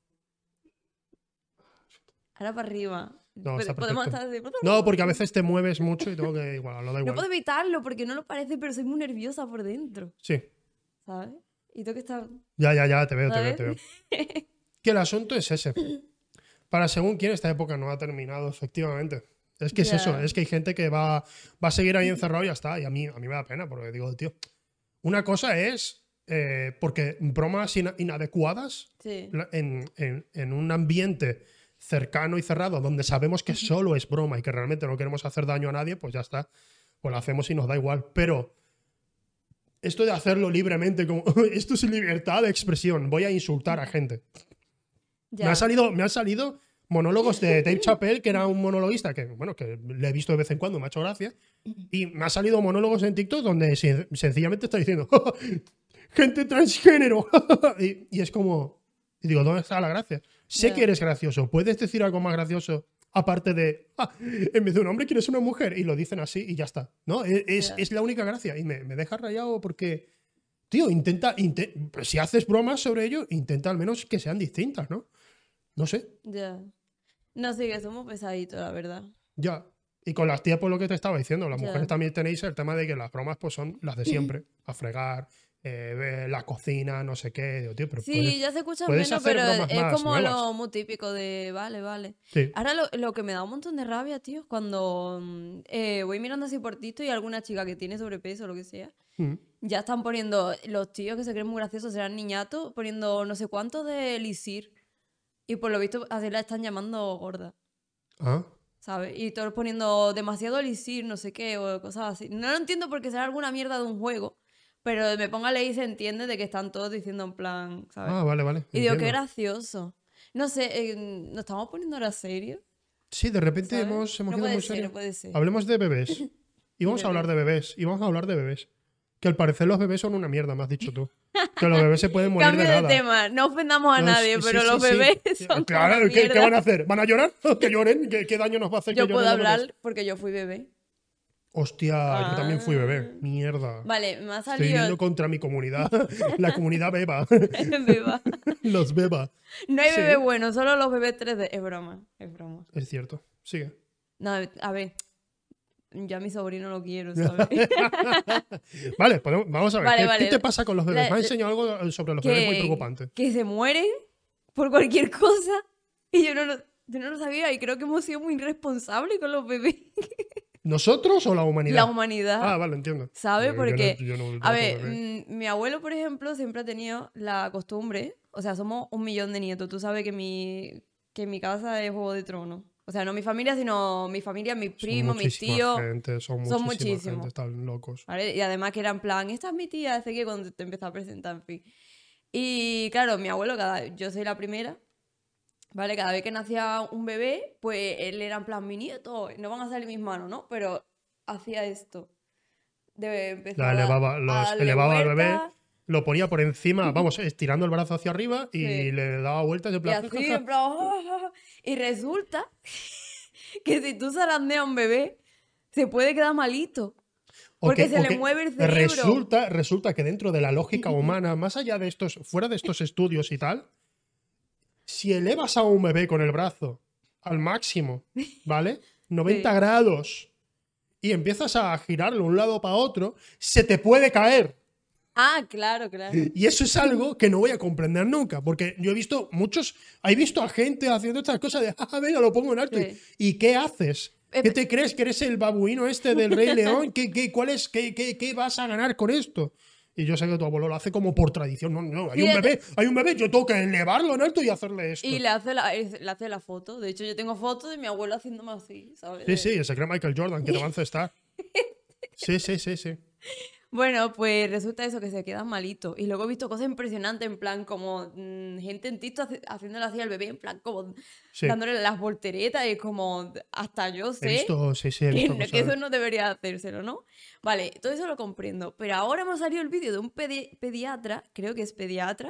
Ahora para arriba. No, está Podemos perfecto. estar así. No, porque a veces te mueves mucho y tengo que igualarlo, da No igual. puedo evitarlo porque no lo parece, pero soy muy nerviosa por dentro, Sí, ¿sabes? Y tengo que estar. ya, te veo, ¿Sabes? te veo. Que el asunto es ese. Para según quién esta época no ha terminado, efectivamente. Es que es Ya. eso, es que hay gente que va a seguir ahí encerrado y ya está. Y a mí me da pena, porque digo, tío, una cosa es, porque bromas inadecuadas Sí. en un ambiente cercano y cerrado donde sabemos que solo es broma y que realmente no queremos hacer daño a nadie, pues ya está. Pues lo hacemos y nos da igual. Pero esto de hacerlo libremente, como esto es libertad de expresión, voy a insultar a gente. Ya. Me ha salido monólogos de Dave Chappelle, que era un monologuista que, bueno, que le he visto de vez en cuando, me ha hecho gracia. Y me ha salido monólogos en TikTok donde sencillamente está diciendo gente transgénero. y es como. Y digo, ¿dónde está la gracia? Sé que Ya. eres gracioso. ¿Puedes decir algo más gracioso? Aparte de, en vez de un hombre quieres una mujer. Y lo dicen así y ya está. ¿No? Ya. Es la única gracia. Y me deja rayado porque, tío, pues si haces bromas sobre ello, intenta al menos que sean distintas, ¿no? No sé. Ya. No sé, que somos pesaditos, la verdad. Ya. Y con las tías, pues lo que te estaba diciendo, las mujeres Ya. también tenéis el tema de que las bromas pues son las de siempre. A fregar, la cocina, no sé qué. Digo, tío, pero Sí, ya se escuchan puedes menos, hacer pero bromas es más como nuevas. lo muy típico de, vale, vale. Sí. Ahora lo que me da un montón de rabia, tío, es cuando voy mirando así por TikTok y alguna chica que tiene sobrepeso o lo que sea, Mm. ya están poniendo, los tíos que se creen muy graciosos, serán niñatos, poniendo no sé cuánto de elixir. Y por lo visto así la están llamando gorda, Ah. ¿sabes? Y todos poniendo demasiado elixir, no sé qué, o cosas así. No lo entiendo porque será alguna mierda de un juego, pero me pongo a leer y se entiende de que están todos diciendo en plan, ¿sabes? Ah, vale, vale, Y digo, qué entiendo. gracioso. No sé, ¿nos estamos poniendo ahora serio? Sí, de repente ¿Sabes? hemos No ido puede muy ser, no serio. puede ser. Hablemos de bebés. Y vamos a hablar Bebés. de bebés. Y vamos a hablar de bebés. Que al parecer los bebés son una mierda, me has dicho tú. Que los bebés se pueden morir de Cambio de nada. tema, no ofendamos a nadie, Sí, pero sí, los sí. bebés son una Claro, ¿qué van mierda. a hacer? ¿Van a llorar? Que lloren. ¿Qué daño nos va a hacer que Yo puedo lloren los bebés? hablar porque yo fui bebé. Hostia, yo también fui bebé. Ah. Mierda. Vale, me ha Estoy salido yendo contra mi comunidad. La comunidad beba. beba. Los beba. No hay bebé Sí, bueno, solo los bebés 3D. Es broma, es broma. es cierto. Sigue. No, a ver, yo a mi sobrino lo quiero, ¿sabes? Vale, vamos a ver. Vale, ¿Qué te vale. pasa con los bebés? La- Me ha la- enseñado algo sobre los bebés muy preocupante. que se mueren por cualquier cosa y yo no lo sabía y creo que hemos sido muy irresponsables con los bebés. ¿Nosotros o la La humanidad? Ah, humanidad, vale, entiendo. ¿sabes? Porque, Yo no a trato ver, bebés. mi abuelo, por ejemplo, siempre ha tenido la costumbre, o sea, somos 1 millón de nietos. Tú sabes que mi casa es Juego de Tronos. O sea, no mi familia, sino mi familia, mis primos, mis tíos, Son son muchísima gente, muchísimos. están locos. ¿Vale? Y además que era en plan, esta es mi tía, hace que cuando te empezó a presentar, en fin. Y claro, mi abuelo, yo soy la primera, ¿vale? Cada vez que nacía un bebé, pues él era en plan, mi nieto, no van a salir mis manos, ¿no? Pero hacía esto. Empezaba a darle Elevaba al bebé, vueltas, lo ponía por encima, vamos, estirando el brazo hacia arriba y sí. le daba vueltas de Y plan. así, en plan, y resulta que si tú zarandeas a un bebé, se puede quedar malito. Porque se O le que mueve el cerebro. resulta que dentro de la lógica humana, más allá de estos, fuera de estos estudios y tal, si elevas a un bebé con el brazo al máximo, ¿vale? 90 Sí. grados y empiezas a girarlo de un lado para otro, se te puede caer. Ah, claro, claro. Y eso es algo que no voy a comprender nunca, porque yo he visto he visto a gente haciendo estas cosas de, venga, lo pongo en alto. Sí. ¿Y qué haces? ¿Qué Eh, te crees que eres el babuino este del Rey León? ¿Qué vas a ganar con esto? Y yo sé que tu abuelo lo hace como por tradición. No, no, Sí, hay un bebé, yo tengo que elevarlo en alto y hacerle esto. y le hace la foto. De hecho, yo tengo fotos de mi abuelo haciéndome así, ¿sabes? Sí, sí, se cree Michael Jordan, que te va a encestar. Sí, sí, sí, sí. Bueno, pues resulta eso, que se quedan malitos. Y luego he visto cosas impresionantes, en plan, como gente en TikTok haciéndole así al bebé, en plan, como Sí. dándole las volteretas, y es como, hasta yo He sé visto, sí, sí, he visto que cosas. eso no debería hacérselo, ¿no? Vale, todo eso lo comprendo. Pero ahora me ha salido el vídeo de un pediatra, creo que es pediatra.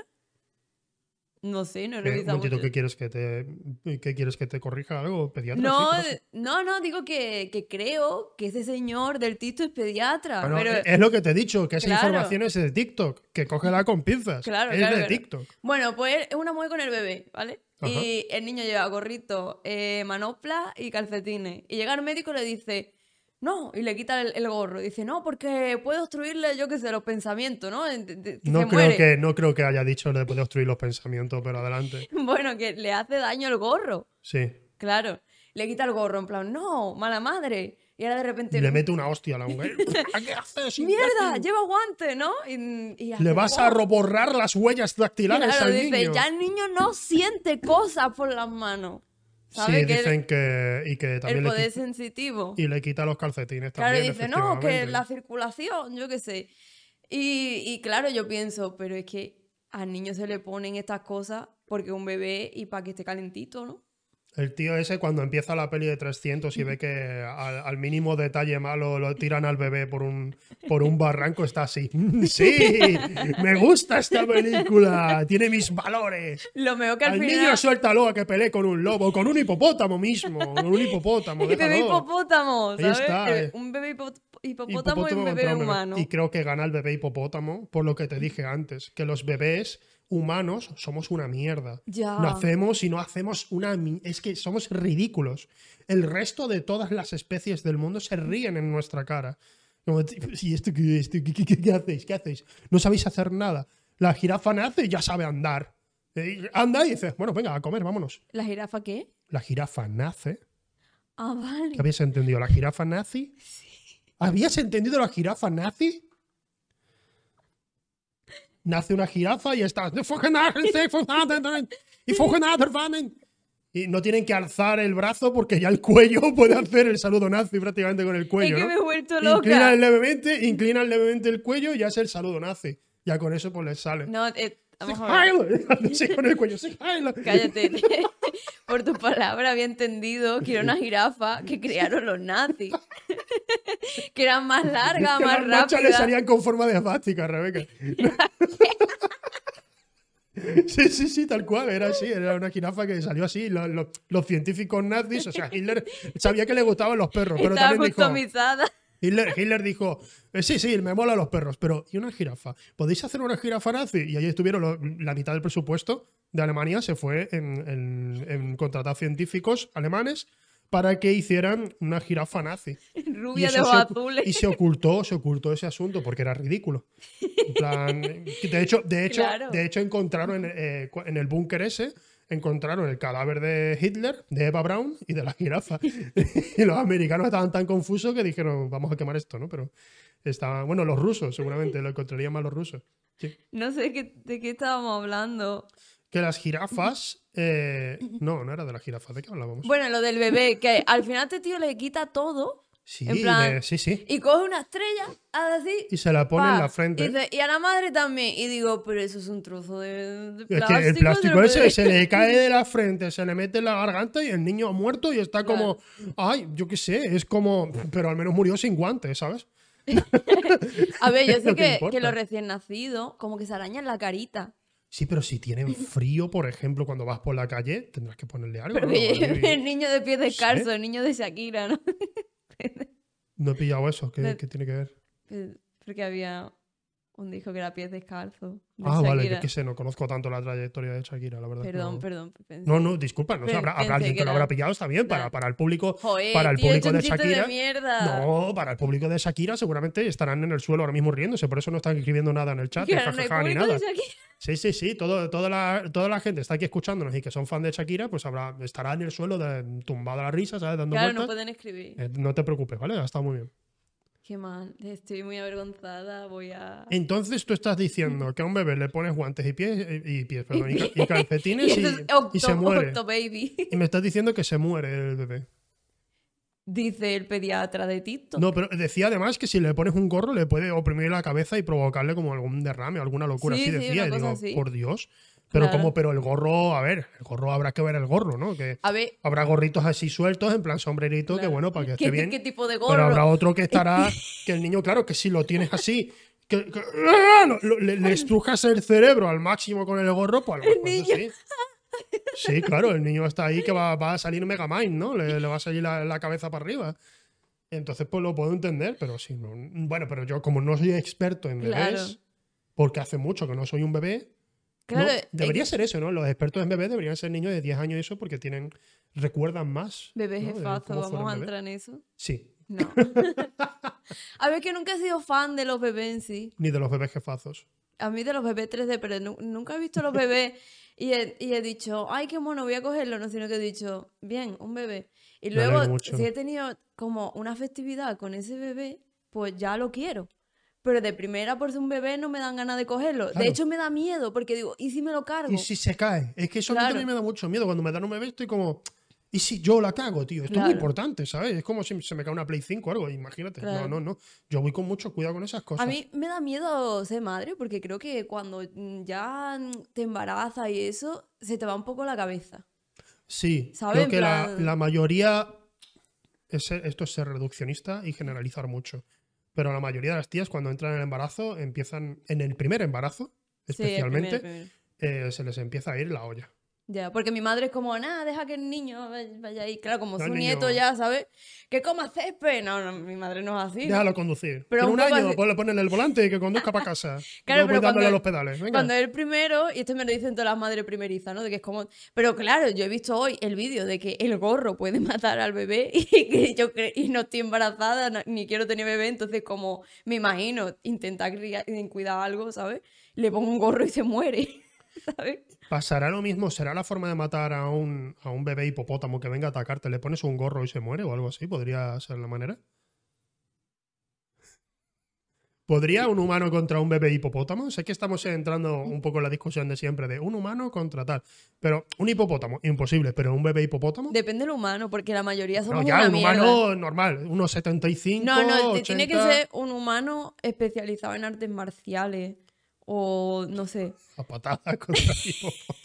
No sé, no he Un revisado momentito, mucho. qué quieres que te corrija algo? Pediatra, sí, No, corazón. no, digo que creo que ese señor del TikTok es pediatra, Bueno, pero es lo que te he dicho, que esa claro. información es de TikTok, que cógela con pinzas. Claro, Es claro, de claro. TikTok. Bueno, pues es una mujer con el bebé, ¿vale? Ajá. Y el niño lleva gorrito, manopla y calcetines. Y llega el médico y le dice, no, y le quita el gorro. Dice, no, porque puede obstruirle, yo qué sé, los pensamientos, ¿no? Que se muere. No creo que haya dicho le puede obstruir los pensamientos, pero adelante. Bueno, que le hace daño el gorro. Sí. Claro. Le quita el gorro, en plan, no, mala madre. Y ahora de Y le repente, mete una hostia a la mujer. ¿Qué haces, ¡mierda! imbécil? Lleva guantes, ¿no? Y Le hace, vas a ¡buah! borrar las huellas dactilares Claro, al dice, niño. ya el niño no siente cosas por las manos. Sí, ¿Sabe? dicen que. Y que El también poder sensitivo. y le quita los calcetines Claro, también, dice, no, que efectivamente. la circulación, yo qué sé. Y claro, yo pienso, pero es que al niño se le ponen estas cosas porque es un bebé y para que esté calentito, ¿no? El tío ese cuando empieza la peli de 300 y ve que al mínimo detalle malo lo tiran al bebé por un barranco, está así. Sí, me gusta esta película, tiene mis valores. Lo mejor que al Al niño final. suéltalo a que pelee con un lobo, con un hipopótamo mismo, con un hipopótamo, El bebé déjalo. hipopótamo, Ahí ¿sabes? está. Un bebé hipopótamo y un Hipopótamo bebé contra un bebé. humano. Y creo que gana el bebé hipopótamo por lo que te dije antes, que los bebés humanos somos una mierda. Ya. Nacemos y no hacemos es que somos ridículos. El resto de todas las especies del mundo se ríen en nuestra cara. Como, ¿y esto qué es? ¿Qué hacéis? ¿Qué hacéis? No sabéis hacer nada. La jirafa nace y ya sabe andar. Anda y dices, bueno, venga, a comer, vámonos. ¿La jirafa qué? La jirafa nace. Ah, vale. ¿Qué habías entendido? ¿La jirafa nazi? ¿Habías entendido la jirafa nazi? Nace una jirafa y está. Y no tienen que alzar el brazo porque ya el cuello puede hacer el saludo nazi prácticamente con el cuello. Es que ¿no? me he vuelto Inclinan loca. levemente el cuello y ya es el saludo nazi. Ya con eso pues les sale. No, vamos a ver. Heil. Así con el cuello. Sig Heil. Cállate. Por tu palabra había entendido que era una jirafa que crearon los nazis. Que eran más largas, Que más las manchas le rápidas. salían con forma de esvástica, Rebeca. Sí, sí, sí, tal cual, era así, era una jirafa que salió así. Los científicos nazis, o sea, Hitler sabía que le gustaban los perros, pero Estaba también dijo, customizada. Hitler dijo, sí, sí, me molan los perros, pero ¿y una jirafa? ¿Podéis hacer una jirafa nazi? Y ahí estuvieron la mitad del presupuesto de Alemania se fue en contratar científicos alemanes para que hicieran una jirafa nazi. Y Rubia de eso ojos azules. y se ocultó ese asunto porque era ridículo. En plan, Claro. de hecho encontraron en el búnker ese, encontraron el cadáver de Hitler, de Eva Braun y de la jirafa. Y los americanos estaban tan confusos que dijeron, vamos a quemar esto, ¿no? Pero estaban, bueno, los rusos seguramente, lo encontrarían más los rusos. Sí. No sé de qué estábamos hablando. Que las jirafas... no, no era de las jirafas, ¿de qué hablábamos? Bueno, lo del bebé, que al final este tío le quita todo. Sí, En plan, sí, sí. y coge una estrella, así, Y se la pone en la frente. Y dice, y a la madre también. Y digo, pero eso es un trozo de Es plástico. que el plástico lo ese puede- se le cae de la frente, se le mete en la garganta y el niño ha muerto y está como, ay, yo qué sé, es como, pero al menos murió sin guantes, ¿sabes? A ver, yo sé Lo que que importa. los recién nacidos como que se arañan la carita. Sí, pero si tienen frío, por ejemplo, cuando vas por la calle, tendrás que ponerle algo, Pero ¿no? que Vale, el niño de pies descalzos, el niño de Shakira, ¿no? no he pillado eso, ¿qué tiene que ver? Porque había un disco que era pies descalzos. De Ah, vale, yo Shakira. qué sé, no conozco tanto la trayectoria de Shakira, la verdad. Perdón, no. perdón. No, no, disculpa, no sé, habrá Pensé alguien que que lo era- habrá pillado, está bien, Nah. para el público, Joder, para el tío, he público hecho de un chiste Shakira. de mierda. No, para el público de Shakira seguramente estarán en el suelo ahora mismo riéndose, por eso no están escribiendo nada en el chat, Que ni ahora no hay jajaja, ni público nada. de Shakira. Sí, sí, sí, toda la gente está aquí escuchándonos y que son fan de Shakira, pues estará en el suelo tumbada la risa, ¿sabes? Dando Claro, no vueltas. pueden escribir. No te preocupes, ¿vale? Ha estado muy bien. Qué mal, estoy muy avergonzada, voy a... Entonces tú estás diciendo que a un bebé le pones guantes perdón, y calcetines Y eso es y se muere. Baby. Y me estás diciendo que se muere el bebé. Dice el pediatra de TikTok. No, pero decía además que si le pones un gorro le puede oprimir la cabeza y provocarle como algún derrame, alguna locura Sí, así, sí, decía. una Y cosa digo, así. por Dios. Pero Claro. pero el gorro, a ver, el gorro habrá que ver el gorro, ¿no? Que A ver, habrá gorritos así sueltos, en plan sombrerito, que claro. bueno, para que esté bien. ¿Qué tipo de Pero gorro? habrá otro que estará, que el niño, claro, que si lo tienes así, le estrujas el cerebro al máximo con el gorro, pues a lo mejor eso sí. Sí, claro, el niño está ahí que va a salir Megamind, ¿no? Le va a salir la cabeza para arriba. Entonces, pues lo puedo entender, pero sí. No. Bueno, pero yo, como no soy experto en bebés, Claro. porque hace mucho que no soy un bebé, Claro, ¿no? Debería ser eso, ¿no? Los expertos en bebés deberían ser niños de 10 años y eso porque recuerdan más. Bebé ¿no? De jefazo, cómo fueron ¿vamos a bebés. entrar en eso? Sí, No. A ver, que nunca he sido fan de los bebés en sí. ni de los bebés jefazos. A mí de los bebés 3D, pero nunca he visto los bebés y he dicho, ay, qué mono, voy a cogerlo, no, sino que he dicho, bien, un bebé. Y Me luego, alegro mucho. si he tenido como una festividad con ese bebé, pues ya lo quiero. Pero de primera, por ser un bebé, no me dan ganas de cogerlo. Claro. De hecho, me da miedo, porque digo, ¿y si me lo cargo? Y si se cae. Es que eso a mí Claro. también me da mucho miedo. Cuando me dan un bebé estoy como... ¿Y si yo la cago, tío? Esto es muy Claro. importante, ¿sabes? Es como si se me cae una Play 5 o algo, imagínate. Claro. No. Yo voy con mucho cuidado con esas cosas. A mí me da miedo ser madre, porque creo que cuando ya te embarazas y eso, se te va un poco la cabeza. Sí, ¿Sabes? creo En que plan- la mayoría. Esto es ser reduccionista y generalizar mucho. Pero la mayoría de las tías, cuando entran en el embarazo, empiezan. En el primer embarazo, Sí, el primero, el especialmente, primero. se les empieza a ir la olla. Ya, porque mi madre es como, nada, deja que el niño vaya ahí. Claro, como Ya su el nieto niño, ya, ¿sabes? Que coma césped. No, no, mi madre no es así, ¿no? déjalo conducir. Pero Tiene un un poco año, así. pues le ponen el volante y que conduzca para casa. Claro, Yo voy pero dándole a los pedales. cuando Venga. es el primero, y esto me lo dicen todas las madres primerizas, ¿no? De que es como. Pero claro, yo he visto hoy el vídeo de que el gorro puede matar al bebé y que y no estoy embarazada, ni quiero tener bebé, entonces como me imagino intentar cuidar algo, ¿sabes? Le pongo un gorro y se muere, ¿sabes? ¿Pasará lo mismo? ¿Será la forma de matar a un bebé hipopótamo que venga a atacarte? ¿Le pones un gorro y se muere o algo así? ¿Podría ser la manera? ¿Podría un humano contra un bebé hipopótamo? Sé que estamos entrando un poco en la discusión de siempre de un humano contra tal. Pero un hipopótamo, imposible. ¿Pero un bebé hipopótamo? Depende del humano, porque la mayoría No, somos ya, una un mierda. humano normal. Unos No, no, 75, tiene que 80. ser un humano especializado en artes marciales o no sé. A patadas contra el hipopótamo.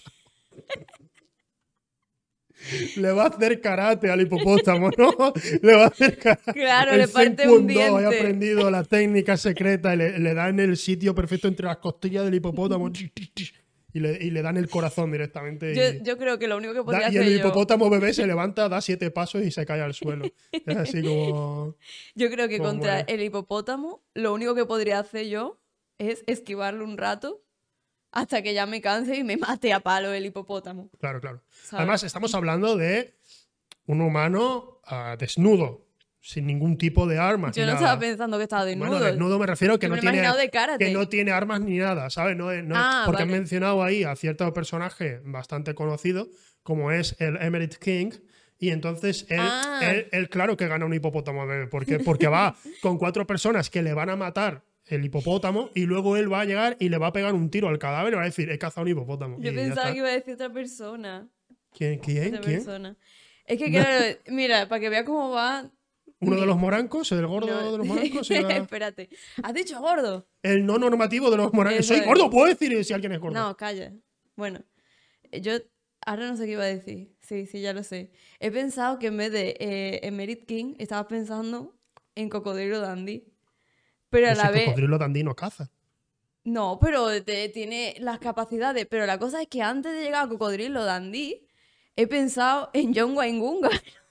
Le va a hacer karate al hipopótamo, ¿no? Le va a hacer karate. Claro, El le Zen parte un Kuen Do, haya diente. aprendido la técnica secreta y le dan el sitio perfecto entre las costillas del hipopótamo. Y le dan el corazón directamente. Yo creo que lo único que podría Y el hacer yo, hipopótamo bebé se levanta, da 7 pasos y se cae al suelo. Es así como, yo creo que como contra muere. el hipopótamo, lo único que podría hacer yo es esquivarlo un rato hasta que ya me canse y me mate a palo el hipopótamo, Claro, claro. ¿sabes? Además, estamos hablando de un humano desnudo, sin ningún tipo de armas Yo ni no estaba nada. pensando que estaba Bueno, desnudo. desnudo me refiero Yo me lo he imaginado de que karate. no tiene armas ni nada, ¿sabes? Ah, Porque han vale. mencionado ahí a cierto personaje bastante conocido, como es el Emerald King, y entonces Ah, claro que gana un hipopótamo, porque va con 4 personas que le van a matar el hipopótamo y luego él va a llegar y le va a pegar un tiro al cadáver y va a decir, he cazado un hipopótamo. yo Y ya pensaba que está. iba a decir otra persona. ¿Quién? ¿Quién? Otra ¿Quién? persona. Es que claro, mira, para que vea cómo va ¿Uno de mi... los morancos? ¿El No, gordo de los morancos? Iba... espérate. ¿Has dicho gordo? El no normativo de los morancos. Eso Soy es. gordo, puedo decir si alguien es gordo. No, calla. Bueno, yo ahora no sé qué iba a decir. Sí, sí, ya lo sé. He pensado que en vez de Emerit King, estaba pensando en Cocodrilo Dandy. Pero a Pero si la el vez, cocodrilo dandino caza. no, pero tiene las capacidades. Pero la cosa es que antes de llegar a Cocodrilo Dandy, he pensado en John Waingunga.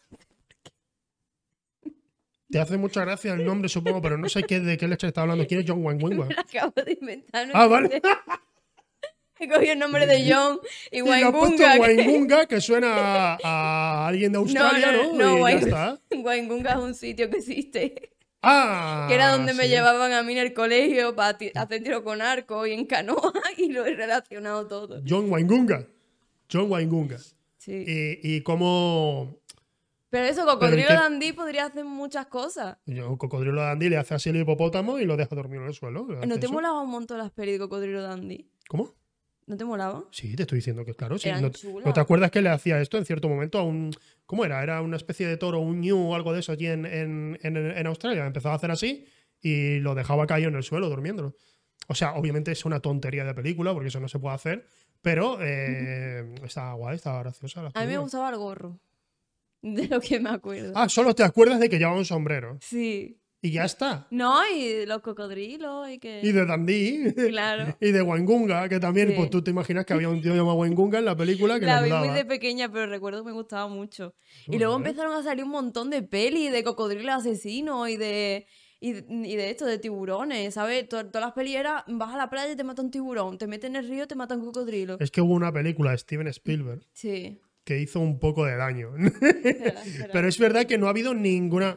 Te hace mucha gracia el nombre, supongo, pero no sé de qué leche está hablando. ¿Quién es John Wayne Me Wingwa? lo acabo de inventar, no Ah, vale. existe. He cogido el nombre de John y Y le has puesto Waingunga. Waingunga, que suena a alguien de No, Australia, no, ¿no? no, Y ya está. Waingunga es un sitio que existe. Que era Ah, donde me sí. llevaban a mí en el colegio para hacer tiro con arco y en canoa y lo he relacionado todo. John Waingunga. John Waingunga. Sí. Y cómo. Pero eso, Pero ¿y Cocodrilo qué? Dandy podría hacer muchas cosas. Un cocodrilo dandy le hace así al hipopótamo y lo deja dormir en el suelo. Le ¿No hace te eso. molaba un montón las pelis de Cocodrilo Dandy? ¿Cómo? ¿No te molaban? Sí, te estoy diciendo que claro, sí. Eran No te chulas. acuerdas que le hacía esto en cierto momento a un. ¿Cómo era? Era una especie de toro, un ñu o algo de eso allí en Australia. Empezaba a hacer así y lo dejaba caído en el suelo durmiéndolo. O sea, obviamente es una tontería de película porque eso no se puede hacer, pero estaba guay, estaba graciosa la A mí me película. gustaba el gorro, de lo que me acuerdo. Ah, solo te acuerdas de que llevaba un sombrero. Sí. Y ya está. No, y los cocodrilos y Y que... de Dundee. Claro, Y de Wangunga, que también, pues sí. tú te imaginas que había un tío llamado Wangunga en la película que le La vi muy ayudaba. de pequeña, pero recuerdo que me gustaba mucho. Y Muy luego bien. empezaron a salir un montón de pelis de cocodrilos asesinos y de esto, de tiburones, ¿sabes? Todas las pelis era, vas a la playa y te mata un tiburón, te metes en el río y te mata un cocodrilo. Es que hubo una película de Steven Spielberg Sí. que hizo un poco de daño. Espera, Pero espera. es verdad que no ha habido ninguna.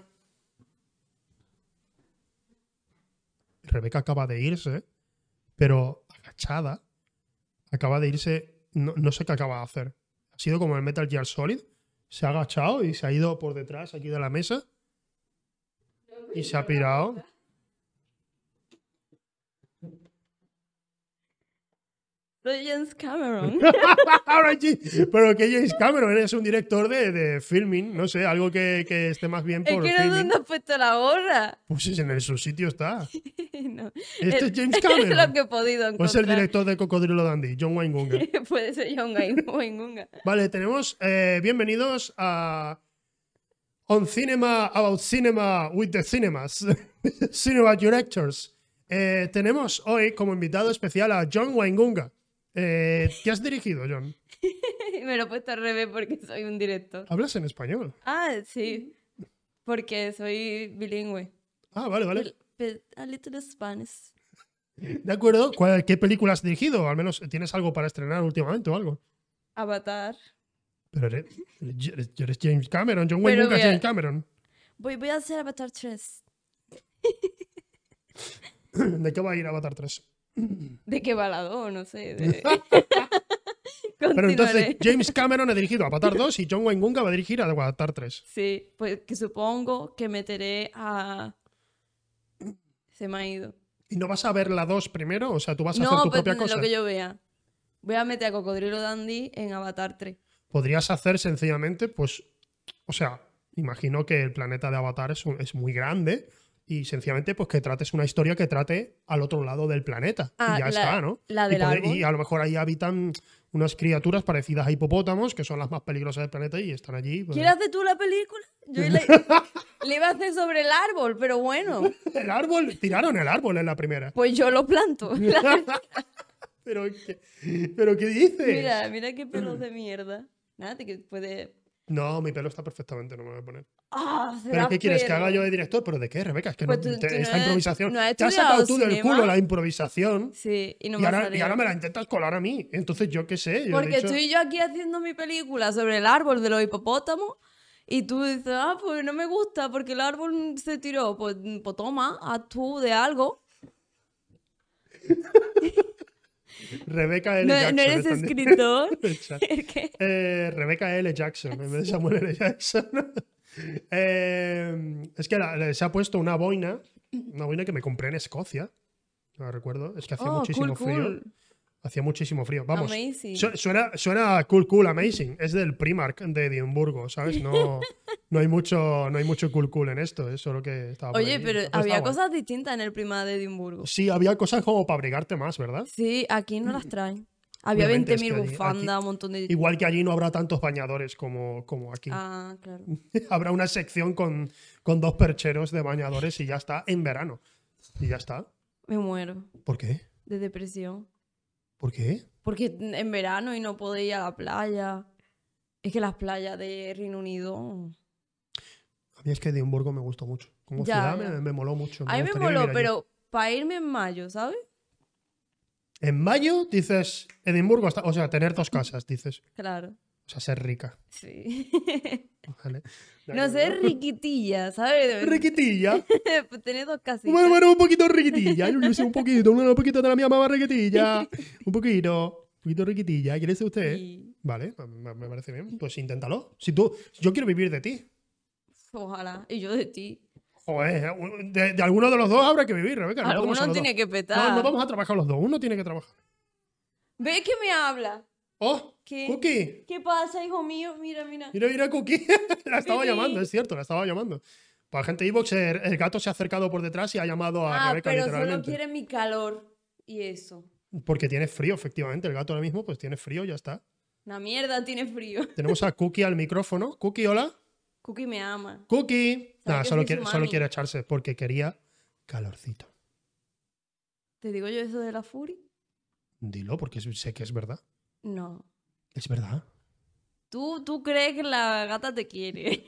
Rebeca acaba de irse, pero agachada, acaba de irse. No, no sé qué acaba de hacer. Ha sido como el Metal Gear Solid. Se ha agachado y se ha ido por detrás aquí de la mesa y se ha pirado. Lo de James Cameron. Ahora sí, pero que James Cameron es un director de filming, no sé, algo que esté más bien Es por que no sé filming. dónde has puesto la gorra. Pues en su sitio está. No, Este es James es Cameron. lo que he podido ¿O es el encontrar. director de Cocodrilo Dandy, John Wayne Gunga? Puede ser John Wayne. Vale, tenemos bienvenidos a On Cinema About Cinema with the Cinemas. Cinema Directors. Tenemos hoy como invitado especial a John Wayne Gunga. ¿Qué has dirigido, John? Me lo he puesto al revés porque soy un director. ¿Hablas en español? Ah, sí. Porque soy bilingüe. Ah, vale, vale. A little Spanish. De acuerdo. ¿Qué película has dirigido? Al menos tienes algo para estrenar últimamente o algo. Avatar. Pero eres James Cameron. John Wayne Pero Gunga es voy a- James Cameron. Voy a hacer Avatar 3. ¿De qué va a ir Avatar 3? ¿De qué balado? No sé. Pero entonces Continuaré. James Cameron ha dirigido Avatar 2 y John Wayne Gunga va a dirigir Avatar 3. Sí, pues que supongo que meteré a... Se me ha ido. ¿Y no vas a ver la 2 primero? O sea, tú vas a hacer No, tu pues propia cosa. lo que yo vea. Voy a meter a Cocodrilo Dandy en Avatar 3. Podrías hacer sencillamente, pues, o sea, imagino que el planeta de Avatar es muy grande y sencillamente pues que trates una historia que trate al otro lado del planeta. Ah, y ya está, ¿no? la del árbol. Y a lo mejor ahí habitan unas criaturas parecidas a hipopótamos, que son las más peligrosas del planeta y están allí. Pues, ¿Quieres hacer tú la película? Yo le iba a hacer sobre el árbol, pero bueno, el árbol, tiraron el árbol en la primera. pues yo lo planto. Pero, ¿pero qué dices? Mira qué pelos de mierda. Nada, que puede... No, mi pelo está perfectamente, no me voy a poner. ¡Ah! ¿Pero será qué quieres? ¿Que haga perro. yo de director? ¿Pero de qué, Rebeca? Es que Pues no, tú no esta has- improvisación. no has Te has sacado tú estudiado del cinema. culo la improvisación Sí, y no y me ha ahora, salido. me la intentas colar a mí. Entonces, yo qué sé. Yo he Porque dicho- estoy yo aquí haciendo mi película sobre el árbol de los hipopótamos y tú dices, ah, pues no me gusta porque el árbol se tiró. Pues toma, haz tú de algo. Rebeca L. No, Jackson. no eres están diciendo escritor. en el chat. Es que- Rebeca L. Jackson, en vez de Samuel L. Jackson. Es que se ha puesto una boina que me compré en Escocia. No la recuerdo. Es que hacía Oh, muchísimo cool, frío. cool. Hacía muchísimo frío. Vamos. Amazing. Suena cool, amazing. Es del Primark de Edimburgo, ¿sabes? No hay mucho cool en esto. Es solo que estaba por Oye, ahí. pero Entonces, había está guay. cosas distintas en el Prima de Edimburgo. Sí, había cosas como para abrigarte más, ¿verdad? Sí, aquí no las traen. Había Obviamente, es 20.000 que bufandas, un montón de... Igual que allí no habrá tantos bañadores como aquí. Ah, claro. Habrá una sección con 2 percheros de bañadores y ya está, en verano. Y ya está. Me muero ¿Por qué? de depresión. ¿Por qué? Porque en verano y no puedo ir a la playa. Es que las playas de Reino Unido... A mí es que Edimburgo me gustó mucho. Como Ya, ciudad ya. me moló mucho. A mí me gustaría moló, vivir allí. pero para irme en mayo, ¿sabes? En mayo dices Edimburgo, o sea, tener 2 casas, dices. Claro. O sea, ser rica. Sí. Vale. De No acuerdo. ser riquitilla, ¿sabes? Riquitilla. Pues tener 2 casitas. Bueno, un poquito riquitilla. Yo sé un poquito de la mía mamá riquitilla. Un poquito riquitilla. ¿Quieres ser usted? Sí. Vale, me parece bien. Pues inténtalo. Yo quiero vivir de ti. Ojalá. Y yo de ti. Joder, de alguno de los dos habrá que vivir, Rebeca. No podemos Alguno ser los tiene dos. que petar. No vamos a trabajar los dos. Uno tiene que trabajar. ¿Ves que me habla? ¡Oh! ¿Qué? ¡Cookie! ¿Qué pasa, hijo mío? Mira. Mira, Cookie. La estaba Pipi. llamando, es cierto, la estaba llamando. Para gente Evox, el gato se ha acercado por detrás y ha llamado a Ah, Rebeca pero solo literalmente. quiere mi calor. Y eso. Porque tiene frío, efectivamente. El gato ahora mismo pues tiene frío, ya está. Una mierda, tiene frío. Tenemos a Cookie al micrófono. Cookie, hola. Cookie me ama. Cookie. Sabe Nada, que solo soy quiere, su solo mami. quiere echarse porque quería calorcito. ¿Te digo yo eso de la Fury? Dilo, porque sé que es verdad. No. Es verdad. Tú crees que la gata te quiere.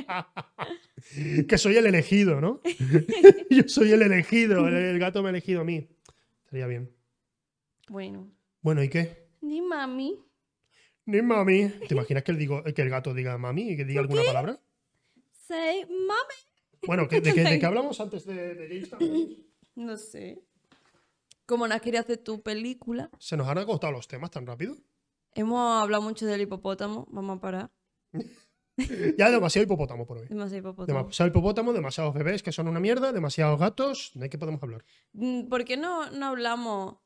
Que soy el elegido, ¿no? Yo soy el elegido. El gato me ha elegido a mí. Estaría bien. Bueno. Bueno, ¿y qué? Ni mami. Ni mami. ¿Te imaginas que el gato diga mami y que diga alguna palabra? Say mami. Bueno, ¿de qué hablamos antes de James Cameron? No sé. Como no has querido hacer tu película, ¿Se nos han agotado los temas tan rápido? hemos hablado mucho del hipopótamo. Vamos a parar. Ya demasiado hipopótamo por hoy. Demasiado hipopótamo. Demasiado hipopótamo, demasiados bebés que son una mierda, demasiados gatos. ¿De qué podemos hablar? ¿Por qué no hablamos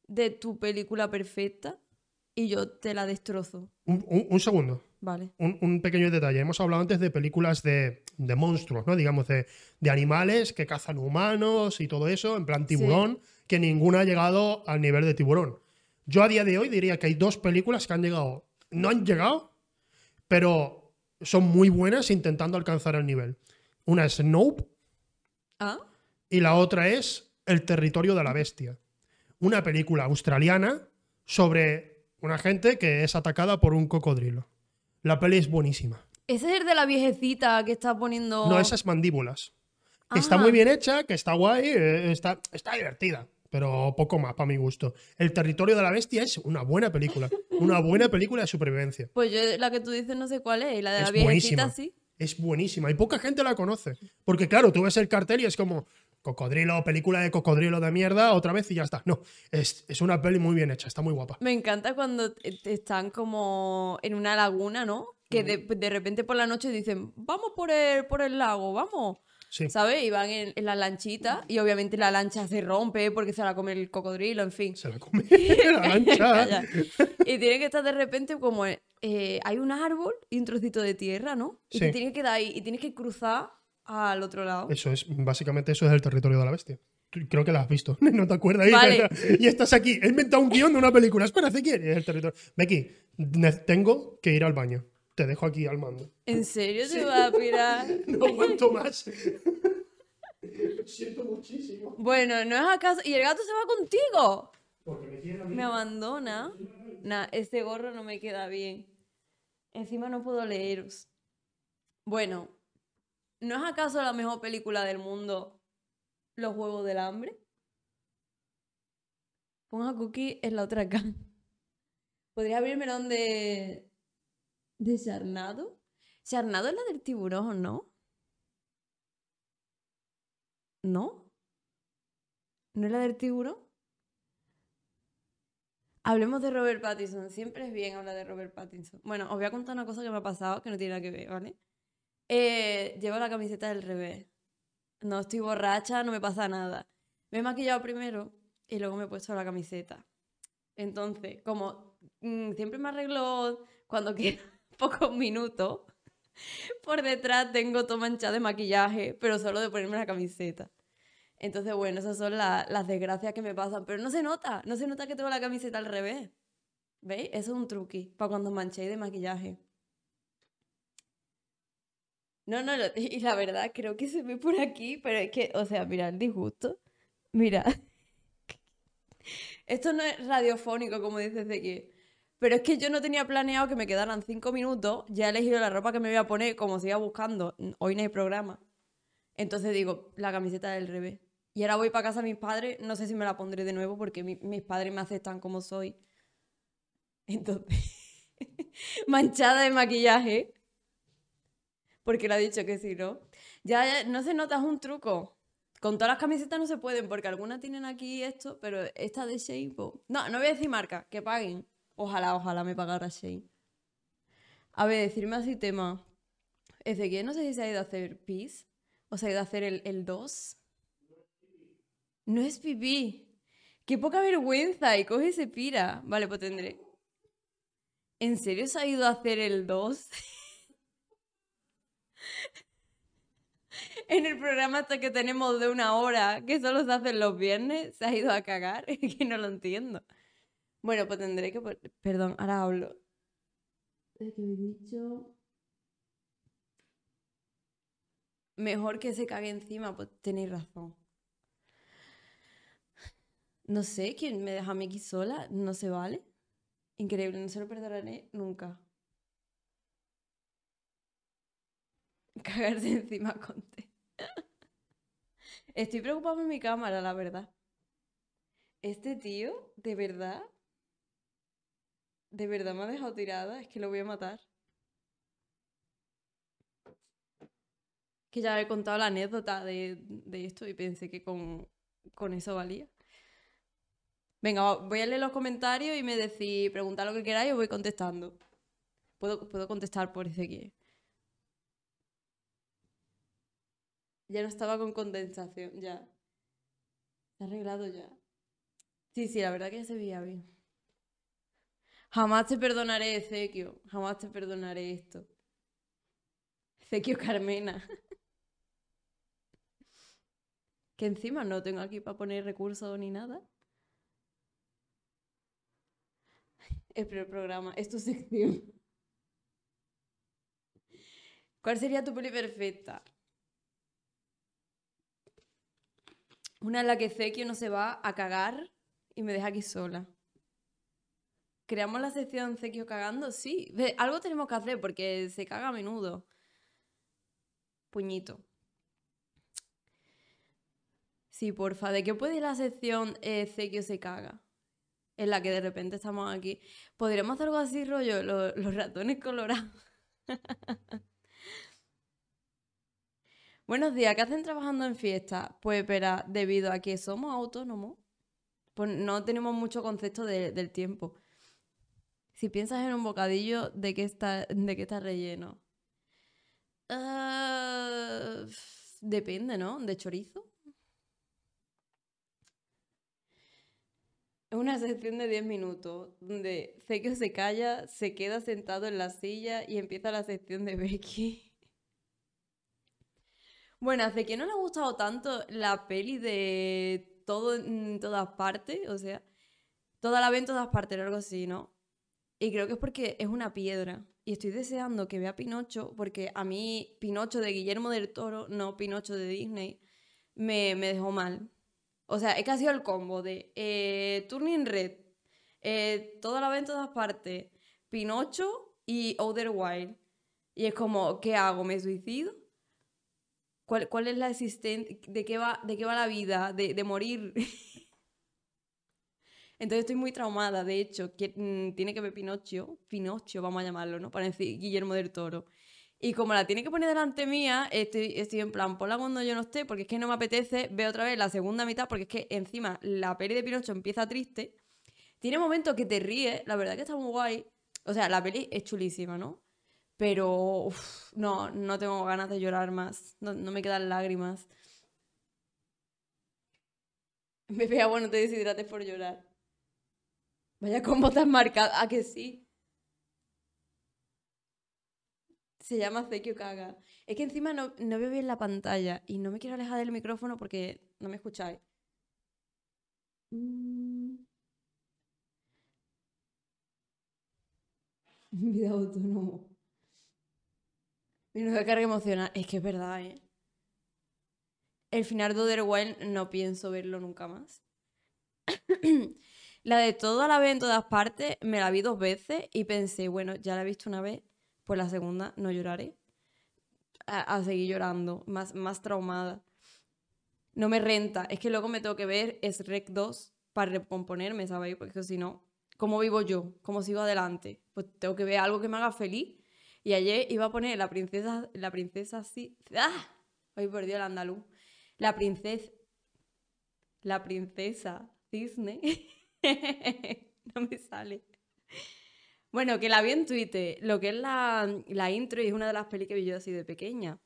de tu película perfecta y yo te la destrozo. Un segundo. Vale. Un pequeño detalle. Hemos hablado antes de películas de monstruos, ¿no? Digamos, de animales que cazan humanos y todo eso, en plan Sí. tiburón, que ninguna ha llegado al nivel de tiburón. Yo a día de hoy diría que hay dos películas que han llegado. No han llegado, pero son muy buenas intentando alcanzar el nivel. Una es Nope ¿Ah? y la otra es El territorio de la bestia. Una película australiana sobre una gente que es atacada por un cocodrilo. La peli es buenísima. Ese es el de la viejecita que está poniendo... No, esas mandíbulas. Está muy Ajá. bien hecha, que está guay, está divertida, pero poco más para mi gusto. El territorio de la bestia es una buena película. Una buena película de supervivencia. Pues yo la que tú dices no sé cuál es, y la de la Es viejecita buenísima. sí. Es buenísima. Y poca gente la conoce. Porque claro, tú ves el cartel y es como cocodrilo, película de cocodrilo de mierda, otra vez y ya está. No, es una peli muy bien hecha, está muy guapa. Me encanta cuando están como en una laguna, ¿no? Que de repente por la noche dicen, vamos por el lago, vamos. Sí, ¿Sabes? Y van en la lanchita y obviamente la lancha se rompe porque se la come el cocodrilo, en fin. se la come la lancha. Calla. Y tiene que estar de repente como hay un árbol y un trocito de tierra, ¿no? Y te Sí, tienes que dar ahí y tienes que cruzar al otro lado. eso es, básicamente eso es el territorio de la bestia. Creo que la has visto, no te acuerdas. Vale. Y estás aquí. He inventado un guión de una película. Espera, ¿hace quién? Es el territorio. Becky, tengo que ir al baño. Te dejo aquí al mando. ¿En serio te vas a pirar? No aguanto más. Lo siento muchísimo. Bueno, no es acaso. ¿Y el gato se va contigo? Porque me quiere a mí. Me abandona. Nah, ese gorro no me queda bien. Encima no puedo leeros. Bueno, ¿no es acaso la mejor película del mundo Los Juegos del Hambre? Pon a Cookie en la otra cama. ¿Podría abrirme de Charnado? Charnado es la del tiburón, ¿no? ¿No? ¿No es la del tiburón? Hablemos de Robert Pattinson. Siempre es bien hablar de Robert Pattinson. Bueno, os voy a contar una cosa que me ha pasado que no tiene nada que ver, ¿vale? Llevo la camiseta del revés. No estoy borracha, no me pasa nada. Me he maquillado primero y luego me he puesto la camiseta. Entonces, como siempre me arreglo cuando quedan pocos minutos, por detrás tengo todo manchado de maquillaje, pero solo de ponerme la camiseta. Entonces, bueno, esas son las desgracias que me pasan. Pero no se nota que tengo la camiseta al revés. ¿Veis? Eso es un truqui para cuando os manchéis de maquillaje. No, no, y la verdad, creo que se ve por aquí, pero es que, o sea, mira el disgusto. Mira, esto no es radiofónico, como dice Ezequiel. Pero es que yo no tenía planeado que me quedaran 5 minutos. Ya he elegido la ropa que me voy a poner, como se iba buscando. Hoy no hay programa. Entonces digo, la camiseta del revés. Y ahora voy para casa de mis padres. No sé si me la pondré de nuevo porque mis padres me aceptan como soy. Entonces, manchada de maquillaje. Porque le ha dicho que sí, ¿no? Ya, no se nota, es un truco. Con todas las camisetas no se pueden, porque algunas tienen aquí esto, pero esta de Shein, pues... No, no voy a decir marca, que paguen. Ojalá me pagara Shein. A ver, decirme así tema. Ezequiel, no sé si se ha ido a hacer pis, o se ha ido a hacer el 2. No es pipí. Qué poca vergüenza, y coge y se pira. Vale, pues tendré. ¿En serio se ha ido a hacer el 2? En el programa hasta que tenemos de 1 hora, que solo se hacen los viernes, se ha ido a cagar. Es que no lo entiendo. Bueno, pues tendré que... Perdón, ahora hablo. ¿Qué he dicho? Mejor que se cague encima, pues tenéis razón. No sé, ¿quién me deja a mí aquí sola? No se vale. Increíble, no se lo perdonaré nunca. Cagarse encima con té. Estoy preocupada por mi cámara, la verdad. Este tío, de verdad me ha dejado tirada. Es que lo voy a matar. Que ya he contado la anécdota de esto y pensé que con eso valía. Venga, voy a leer los comentarios y me decís, preguntad lo que queráis y os voy contestando. Puedo contestar por Ezequiel. Ya no estaba con condensación, ya. Se ha arreglado ya. Sí, sí, la verdad que ya se veía bien. Jamás te perdonaré, Ezequio. Jamás te perdonaré esto. Ezequio Carmena. Que encima no tengo aquí para poner recursos ni nada. Es el programa, es tu sección. ¿Cuál sería tu peli perfecta? Una en la que Ezequio no se va a cagar y me deja aquí sola. ¿Creamos la sección Ezequio cagando? Sí. Algo tenemos que hacer porque se caga a menudo. Puñito. Sí, porfa. ¿De qué puede ir la sección Ezequio se caga? En la que de repente estamos aquí. ¿Podríamos hacer algo así, rollo? Los ratones colorados. Buenos días, ¿qué hacen trabajando en fiesta? Pues, espera, debido a que somos autónomos, pues no tenemos mucho concepto del tiempo. Si piensas en un bocadillo, ¿de qué está relleno? Ah, depende, ¿no? ¿De chorizo? Es una sección de 10 minutos donde Zequio se calla, se queda sentado en la silla y empieza la sección de Becky. Bueno, a Zequio no le ha gustado tanto la peli de todo en todas partes, o sea, toda la ve en todas partes o algo así, ¿no? Y creo que es porque es una piedra. Y estoy deseando que vea Pinocho, porque a mí Pinocho de Guillermo del Toro, no Pinocho de Disney, me dejó mal. O sea, es que ha sido el combo de Turning Red, toda la vez en todas partes, Pinocho y Outer Wild. Y es como, ¿qué hago? ¿Me suicido? ¿Cuál es la existencia? ¿De qué va la vida? ¿De morir? Entonces estoy muy traumada, de hecho, que tiene que ver Pinocho, vamos a llamarlo, ¿no? Para decir Guillermo del Toro. Y como la tiene que poner delante mía, estoy en plan, ponla cuando yo no esté, porque es que no me apetece ver otra vez la segunda mitad, porque es que encima la peli de Pinocho empieza triste. Tiene momentos que te ríes, la verdad que está muy guay. O sea, la peli es chulísima, ¿no? Pero uf, no, no tengo ganas de llorar más. No, no me quedan lágrimas. Me pega, bueno, te deshidrates por llorar. Vaya combo tan marcado. ¿A que sí? Se llama Zekio Kaga. Es que encima no veo bien la pantalla y no me quiero alejar del micrófono porque no me escucháis. Mm, Vida autónomo. Menuda carga emocional. Es que es verdad, ¿eh? El final de Other Wild no pienso verlo nunca más. La de todo a la vez en todas partes me la vi 2 veces y pensé, bueno, ya la he visto una vez, pues la segunda no lloraré. A seguir llorando, más traumada. No me renta. Es que luego me tengo que ver Shrek 2 para recomponerme, ¿sabéis? Porque si no, ¿cómo vivo yo? ¿Cómo sigo adelante? Pues tengo que ver algo que me haga feliz. Y ayer iba a poner la princesa sí. ¡Ah! Ay, por Dios, el andaluz. La princesa, la princesa cisne. No me sale. Bueno, que la vi en Twitter. Lo que es la intro y es una de las pelis que vi yo así de pequeña.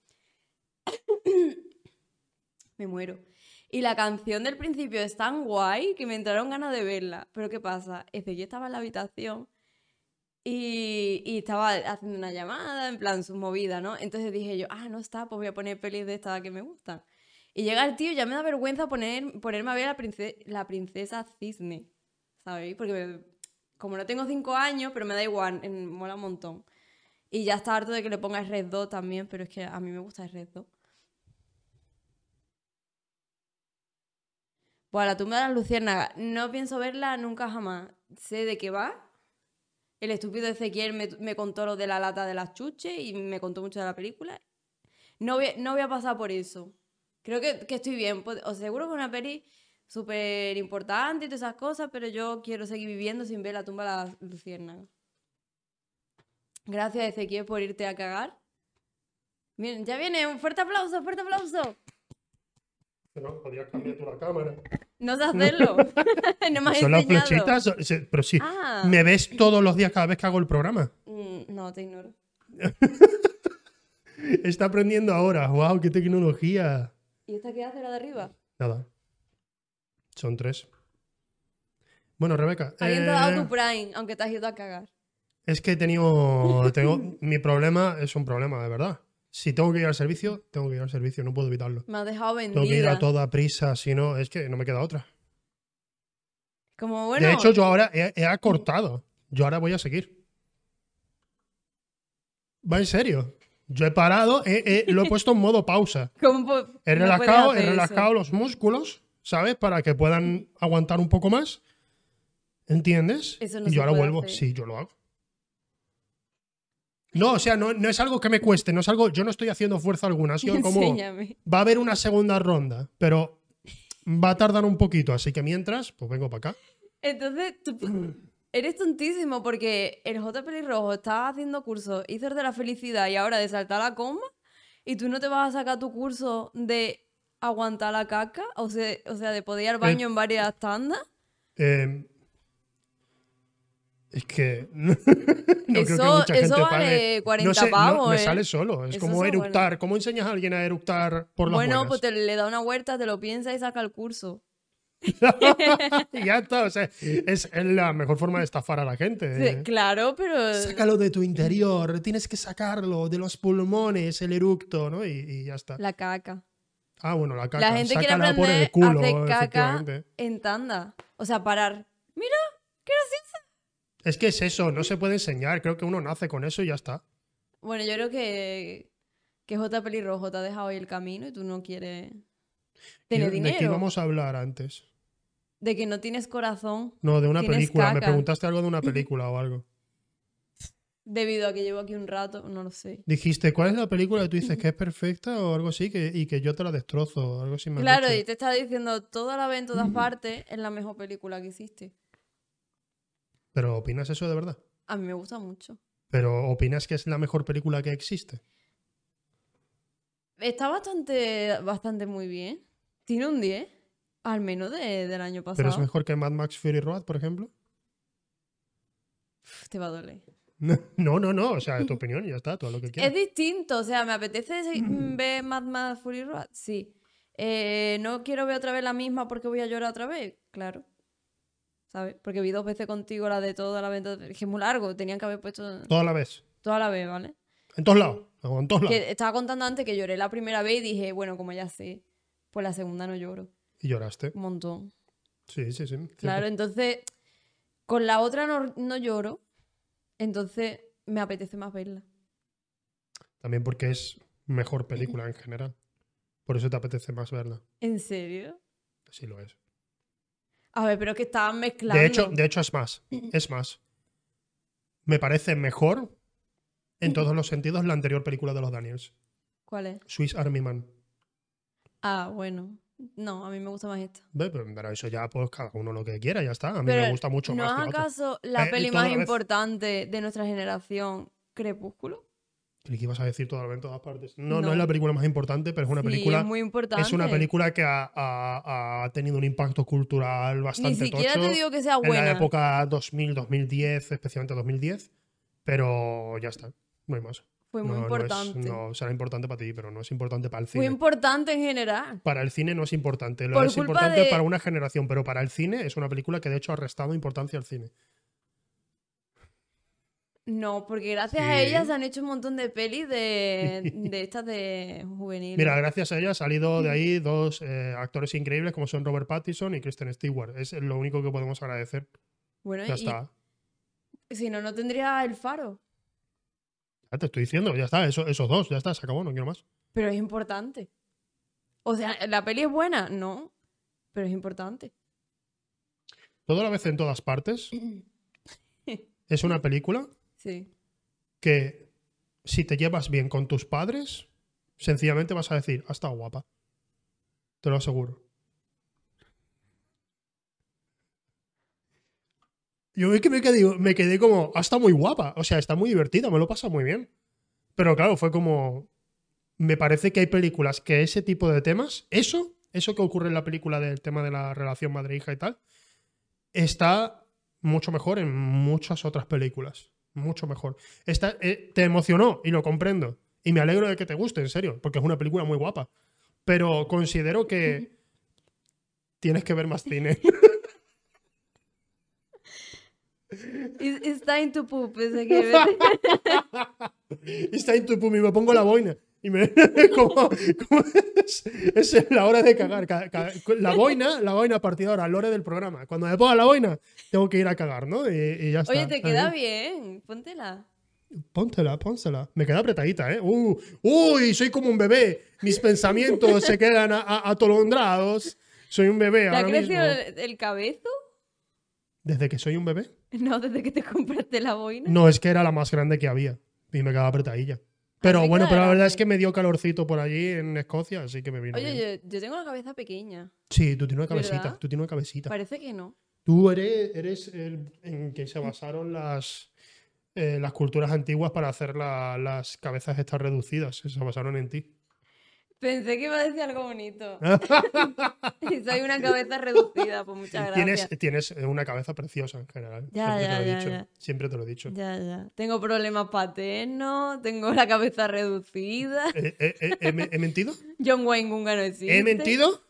Me muero. Y la canción del principio es tan guay que me entraron ganas de verla. Pero ¿qué pasa? Ezequiel estaba en la habitación y estaba haciendo una llamada, en plan su movida, ¿no? Entonces dije yo, no está, pues voy a poner pelis de estas que me gustan. Y llega el tío y ya me da vergüenza ponerme a ver la princesa cisne, ¿sabéis? Porque como no tengo 5 años, pero me da igual, mola un montón. Y ya está harto de que le ponga Red 2 también, pero es que a mí me gusta Red 2. Pues la tumba de las luciérnagas. No pienso verla nunca jamás. Sé de qué va. El estúpido Ezequiel me contó lo de la lata de las chuches y me contó mucho de la película. No voy a pasar por eso. Creo que estoy bien. Os seguro que es una peli súper importante y todas esas cosas, pero yo quiero seguir viviendo sin ver la tumba de las luciérnagas. Gracias, Ezequiel, por irte a cagar. Miren, ya viene. Un fuerte aplauso, fuerte aplauso. Pero podías cambiar tú la cámara. No sé hacerlo. No me has Son las enseñado. flechitas. Pero sí, Ah. ¿me ves todos los días cada vez que hago el programa? No, te ignoro. Está aprendiendo ahora. ¡Wow! ¡Qué tecnología! ¿Y esta qué hace la de arriba? Nada. Son 3. Bueno, Rebeca, Alguien te ha dado tu Prime, aunque te has ido a cagar. es que mi problema es un problema, de verdad. Si tengo que ir al servicio, tengo que ir al servicio, no puedo evitarlo. Me has dejado Tengo que ir a vendida. toda prisa, si no, es que no me queda otra. Como, De bueno, hecho, yo ahora he acortado. Yo ahora voy a seguir. Va en serio. Yo he parado, lo he puesto en modo pausa. ¿cómo no puedes He hacer relajado eso? los músculos, ¿sabes? Para que puedan aguantar un poco más. ¿Entiendes? Eso no Y yo se ahora puede vuelvo. hacer. Sí, yo lo hago. No, o sea, no es algo que me cueste, no es algo. Yo no estoy haciendo fuerza alguna. Ha sido como. Enséñame. Va a haber una segunda ronda, pero va a tardar un poquito. Así que mientras, pues vengo para acá. Entonces, tú eres tontísimo porque el J. Pelirrojo estaba haciendo cursos, hizo el de la felicidad y ahora de saltar la coma, y tú no te vas a sacar tu curso de aguantar la caca, o sea, de poder ir al Eh, baño en varias tandas. eh, es que no creo que mucha Eso gente pague. vale No 40 sé, no, pavos, me ¿eh? sale solo. Es Eso como son buenos. eructar. ¿Cómo enseñas a alguien a eructar por las Bueno, pues buenas? le da una vuelta, te lo piensa y saca el curso. Y ya está. O sea, es la mejor forma de estafar a la Sí, gente. claro, pero Sácalo de tu interior, tienes que sacarlo de los pulmones, el eructo, ¿no? Y ya está. la caca. Ah, bueno, la La caca. gente quiere Sácala por el aprender a hacer culo, caca efectivamente. en tanda. O sea, parar. Mira, qué gracioso. Es que es eso, no se puede enseñar. Creo que uno nace con eso y ya está. Bueno, yo creo que J. Pelirrojo te ha dejado ahí el camino y tú no quieres tener ¿De qué dinero. íbamos a hablar antes? De que no tienes corazón, No, de una tienes película. Me caca. preguntaste algo de una película o algo. Debido a que llevo aquí un rato, no lo sé. Dijiste, ¿cuál es la película que tú dices que es perfecta o algo así y que yo te la destrozo? Algo así me has Claro, dicho. y te estaba diciendo, toda la vez en todas partes es la mejor película que hiciste. ¿Pero opinas eso de verdad? A mí me gusta mucho. ¿Pero opinas que es la mejor película que existe? Está bastante muy bien. Tiene un 10, al menos del año ¿Pero es pasado. mejor que Mad Max Fury Road, por ejemplo? Uf, te va a doler. No. O sea, es tu opinión y ya está, todo lo que Es quieras. distinto, o sea, ¿me apetece ver Mad Max Fury Road? Sí. ¿No quiero ver otra vez la misma porque voy a llorar otra vez? Claro. ¿Sabes? Porque vi 2 veces contigo la de toda la venta. Es que es muy largo, tenían que haber puesto Toda la vez. toda la vez, ¿vale? En todos lados. En todos lados. Que estaba contando antes que lloré la primera vez y dije, bueno, como ya sé, pues la segunda no lloro. Y lloraste. Un montón. Sí, cierto. Claro, entonces, con la otra no lloro, entonces me apetece más verla. También porque es mejor película en general. Por eso te apetece más verla. ¿En serio? Sí lo es. A ver, pero es que estaban mezclando. De hecho es más. Es más. Me parece mejor en todos los sentidos la anterior película de los Daniels. ¿Cuál es? Swiss Army Man. Ah, bueno. No, a mí me gusta más esta. Ve, pero eso ya pues cada uno lo que quiera, ya está. A mí Pero, me gusta mucho ¿no más es la otra. acaso la peli Toda más la vez. importante de nuestra generación, Crepúsculo? Creí que ibas a decir toda la vez en todas partes. No, no es No. la película más importante, pero es una Sí, es película. muy Es una importante. película que ha tenido un impacto cultural Ni bastante siquiera te tocho digo que sea en la buena. época 2000-2010, especialmente 2010. Pero ya está, no hay más. Fue muy importante. No será importante para ti, pero no es importante para el Fue cine. importante en general. Para el cine no es importante. Lo Por es culpa importante de... para una generación, pero para el cine es una película que de hecho ha restado importancia al cine. No, porque gracias a Sí. ella se han hecho un montón de pelis de estas de juveniles. Mira, gracias a ella ha salido de ahí 2 actores increíbles como son Robert Pattinson y Kristen Stewart. Es lo único que podemos agradecer. Bueno, Ya y está. si no, no tendría El Faro. Ya te estoy diciendo, ya está. Esos 2, ya está, se acabó, no quiero más. Pero es importante. O sea, ¿la peli es buena? No, pero es importante. Toda la vez en todas partes es una película Sí. que si te llevas bien con tus padres, sencillamente vas a decir, ha estado guapa. Te lo aseguro. Yo es que me quedé como, ha estado muy guapa. O sea, está muy divertida, me lo pasa muy bien. Pero claro, fue como, me parece que hay películas que ese tipo de temas, eso que ocurre en la película del tema de la relación madre-hija y tal, está mucho mejor en muchas otras películas. Mucho mejor. Te emocionó y lo comprendo. Y me alegro de que te guste, en serio, porque es una película muy guapa. Pero considero que tienes que ver más cine. It's time to poop. Ese que It's time to poo, y me pongo la boina. Y me. como, como es la hora de cagar. La boina partidora, al lore del programa. Cuando me ponga la boina, tengo que ir a cagar, ¿no? Y ya Oye, está. te queda bien. Póntela. Pónsela. Me queda apretadita, ¿eh? Uy, soy como un bebé. Mis pensamientos se quedan atolondrados. Soy un bebé ¿Te ha ahora crecido mismo. el cabezo? ¿Desde que soy un bebé? No, desde que te compraste la boina. No, es que era la más grande que había. Y me quedaba apretadilla. A mí Pero me bueno, queda pero la verdad es grande. que me dio calorcito por allí en Escocia, así que me vino bien. Oye, yo tengo la cabeza pequeña, Sí, tú tienes una cabecita. ¿verdad? Tú tienes una cabecita. Parece que no. Tú eres el en que se basaron las culturas antiguas para hacer las cabezas estas reducidas. Se basaron en ti. Pensé que iba a decir algo bonito. Y soy una cabeza reducida, pues muchas gracias. Tienes una cabeza preciosa en general. Ya, Siempre te lo ya, he ya, dicho. ya. Siempre te lo he dicho. Ya. Tengo problemas paternos, tengo la cabeza reducida. ¿He mentido? John Wayne Gunga no existe. ¿He mentido?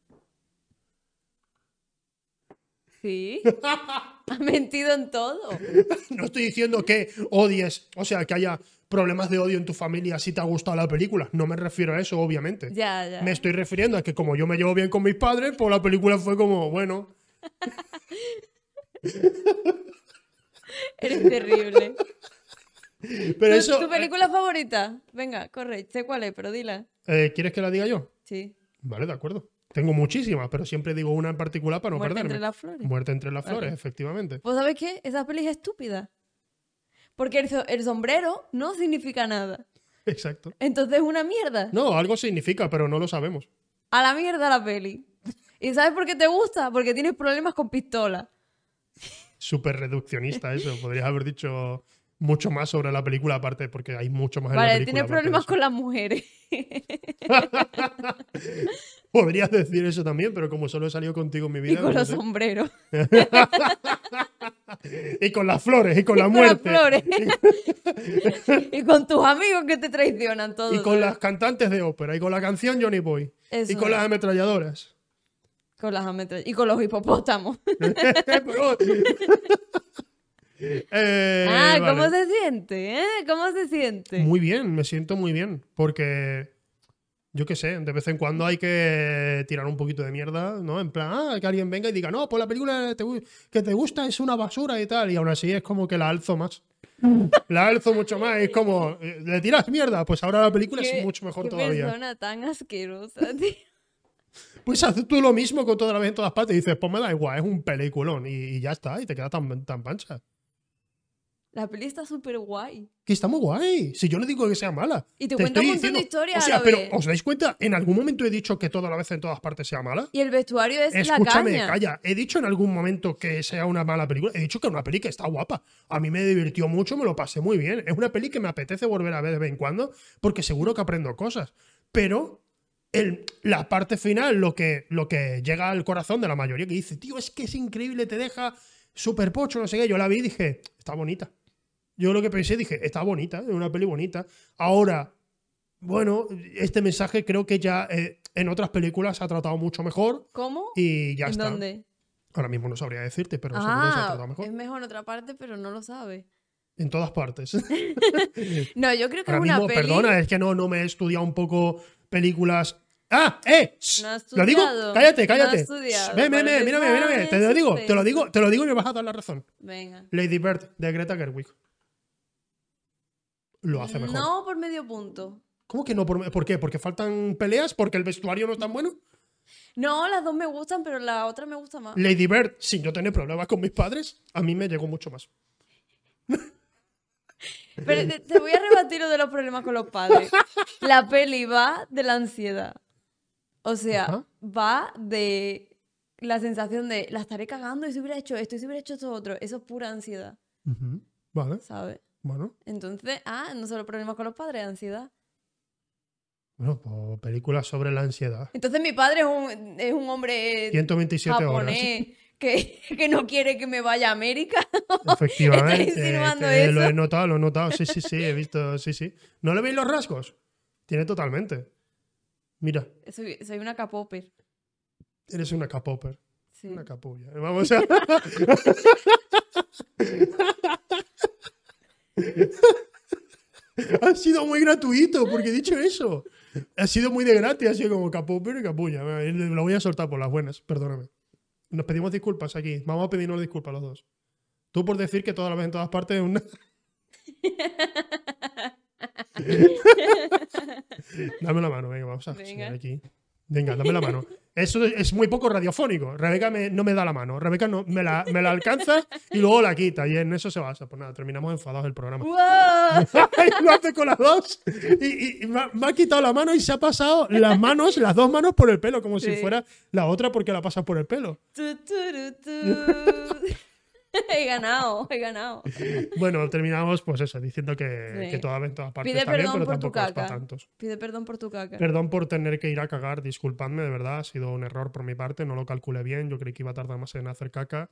Sí. Has mentido en todo. No estoy diciendo que odies, o sea, que haya problemas de odio en tu familia si te ha gustado la película. No me refiero a eso, obviamente. Ya. Me estoy refiriendo a que como yo me llevo bien con mis padres, pues la película fue como, bueno. Eres terrible. Pero eso. ¿Tu película favorita? Venga, corre. Sé cuál es, pero dila. ¿Quieres que la diga yo? Sí. Vale, de acuerdo. Tengo muchísimas, pero siempre digo una en particular para no Muerte perderme. entre las flores. Muerte entre las Vale. flores, efectivamente. Pues ¿sabes qué? Esa peli es estúpida. Porque el sombrero no significa nada. Exacto. Entonces es una mierda. No, algo significa, pero no lo sabemos. A la mierda la peli. ¿Y sabes por qué te gusta? Porque tienes problemas con pistola. Súper reduccionista eso. Podrías haber dicho mucho más sobre la película, aparte, porque hay mucho más en la Vale, película. tienes aparte de problemas eso. con las mujeres. Podrías decir eso también, pero como solo he salido contigo en mi Y vida. con no los sé. sombreros. Y con las flores, y con la Y con las muerte. flores. Y con tus amigos que te traicionan todos. Y con ¿sabes? las cantantes de ópera, y con la canción Johnny Boy. Eso Y con es. las ametralladoras. Con las ametralladoras. Y con los hipopótamos. Pero- ¿Cómo vale. se siente? ¿Cómo se siente? Muy bien, me siento muy bien. Porque, yo qué sé, de vez en cuando hay que tirar un poquito de mierda, ¿no? En plan, que alguien venga y diga, no, pues la película que te gusta es una basura y tal. Y aún así es como que la alzo más. La alzo mucho más. Es como, ¿le tiras mierda? Pues ahora la película es mucho mejor qué todavía. persona tan asquerosa, tío. Pues haces tú lo mismo con toda la vez en todas partes. Y dices, pues me da igual, es un peliculón. Y ya está, y te queda tan pancha. La peli está súper guay. Que está muy guay. Si yo no digo que sea mala. Y te cuenta estoy un montón de diciendo. historias O a sea, la pero vez. ¿os dais cuenta? En algún momento he dicho que toda la vez en todas partes sea mala. Y el vestuario es Escúchame, la caña. calla. ¿He dicho en algún momento que sea una mala película? He dicho que es una peli que está guapa. A mí me divirtió mucho, me lo pasé muy bien. Es una peli que me apetece volver a ver de vez en cuando porque seguro que aprendo cosas. Pero la parte final, lo que llega al corazón de la mayoría, que dice, tío, es que es increíble, te deja súper pocho, no sé qué. Yo la vi y dije, está bonita. Yo lo que pensé, dije, está bonita, es una peli bonita. Ahora, bueno, este mensaje creo que ya en otras películas se ha tratado mucho mejor ¿Cómo? y ya ¿En está. dónde? Ahora mismo no sabría decirte, pero seguro que se ha tratado mejor. Es mejor en otra parte, pero no lo sabe. En todas partes. No, yo creo que Ahora es una mismo, peli. perdona, es que no me he estudiado un poco películas. ¡Ah! No has ¿Lo digo? estudiado. Cállate, No has cállate. estudiado. Mírame, Para te lo digo, empezar, te lo digo, te lo digo y me vas a dar la razón. Venga. Lady Bird de Greta Gerwig. Lo hace mejor. No por medio punto. ¿Cómo que no? ¿Por qué? ¿Porque faltan peleas? ¿Porque el vestuario no es tan bueno? No, las dos me gustan, pero la otra me gusta más. Lady Bird, sin yo tener problemas con mis padres, a mí me llegó mucho más. Pero te voy a rebatir lo de los problemas con los padres. La peli va de la ansiedad. O sea, Ajá. va de la sensación de la estaré cagando y si hubiera hecho esto y si hubiera hecho esto otro. Eso es pura ansiedad, Ujú. Vale, ¿sabes? bueno. Entonces, no solo problemas con los padres, ansiedad. Bueno, pues películas sobre la ansiedad. Entonces mi padre es un hombre 127 horas. japonés que no quiere que me vaya a América. Efectivamente. ¿Estás insinuando Lo eso? he notado, lo he notado. Sí, he visto, sí. ¿No le veis los rasgos? Tiene totalmente. Mira, Soy una capopper. eres una capopper. Sí. Una capulla. Vamos a. Ha sido muy gratuito, porque he dicho eso. Ha sido muy de gratis, ha sido como capó, pero capulla. Lo voy a soltar por las buenas, perdóname. Nos pedimos disculpas aquí. Vamos a pedirnos disculpas los dos. Tú por decir que toda la vez en todas partes es una... Dame la mano, venga, vamos a Venga. aquí. Venga, dame la mano. Eso es muy poco radiofónico. Rebeca no me da la mano. Rebeca no, me la alcanza y luego la quita. Y en eso se basa. Pues nada, terminamos enfadados el programa. ¡Wow! Y lo hace con las dos. Y me ha quitado la mano y se ha pasado las manos, las dos manos por el pelo, como si Sí. fuera la otra porque la pasa por el pelo. Tu, turu, tu. He ganado, he ganado. Bueno, terminamos, pues eso, diciendo Sí. que toda vez en todas partes Pide está bien, perdón pero por tu tampoco es para caca. tantos. Pide perdón por tu caca. Perdón por tener que ir a cagar, disculpadme, de verdad, ha sido un error por mi parte, no lo calculé bien, yo creí que iba a tardar más en hacer caca.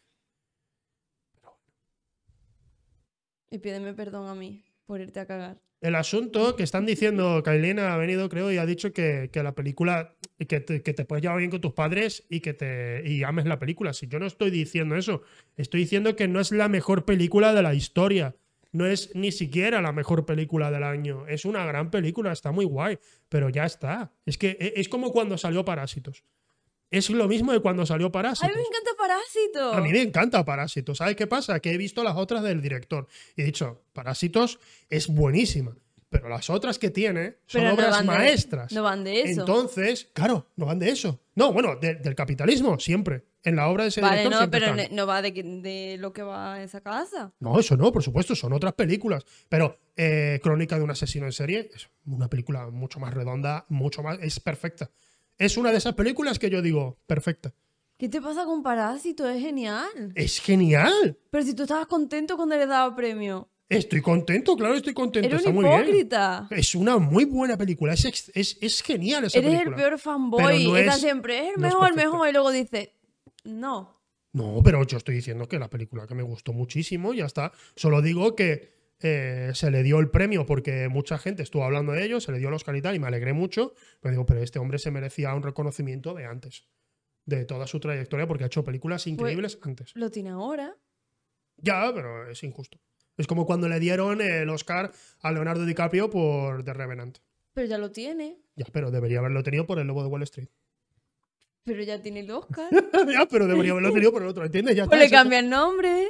Y pídeme perdón a mí por irte a cagar. El asunto que están diciendo, Kailina ha venido, creo, y ha dicho que la película, que te puedes llevar bien con tus padres y ames la película. Si yo no estoy diciendo eso, estoy diciendo que no es la mejor película de la historia. No es ni siquiera la mejor película del año. Es una gran película, está muy guay, pero ya está. Es que es como cuando salió Parásitos. Es lo mismo de cuando salió ¡Ay, Parásitos. me encanta Parásito! A mí me encanta Parásitos. ¿Sabes qué pasa? Que he visto las otras del director y he dicho, Parásitos es buenísima, pero las otras que tiene son Pero no obras van de- maestras. no van de eso. Entonces, claro, no van de eso. No, bueno, del capitalismo, siempre. En la obra de ese Vale, director no, siempre pero están. no va de lo que va a esa casa. No, eso no, por supuesto, son otras películas. Pero Crónica de un asesino en serie es una película mucho más redonda, mucho más. Es perfecta. Es una de esas películas que yo digo, perfecta. ¿Qué te pasa con Parásito? Es genial. Es genial. Pero si tú estabas contento cuando le daba premio. Estoy contento, claro, estoy contento. Eres Está un muy bien. hipócrita. Es una muy buena película. Es genial esa Eres el película. peor Pero fanboy. no Está es- siempre, es el no es mejor, el perfecta. mejor. Y luego dice, no. No, pero yo estoy diciendo que la película que me gustó muchísimo, ya está. Solo digo que se le dio el premio porque mucha gente estuvo hablando de ello, se le dio el Oscar y tal, y me alegré mucho. Pero digo, pero este hombre se merecía un reconocimiento de antes, de toda su trayectoria, porque ha hecho películas increíbles antes. Lo tiene ahora. Ya, pero es injusto. Es como cuando le dieron el Oscar a Leonardo DiCaprio por The Revenant. Pero ya lo tiene. Ya, pero debería haberlo tenido por El Lobo de Wall Street. Pero ya tiene el Oscar. Ya, pero debería haberlo tenido por el otro, ¿entiendes? Ya Pues está. le cambia el nombre.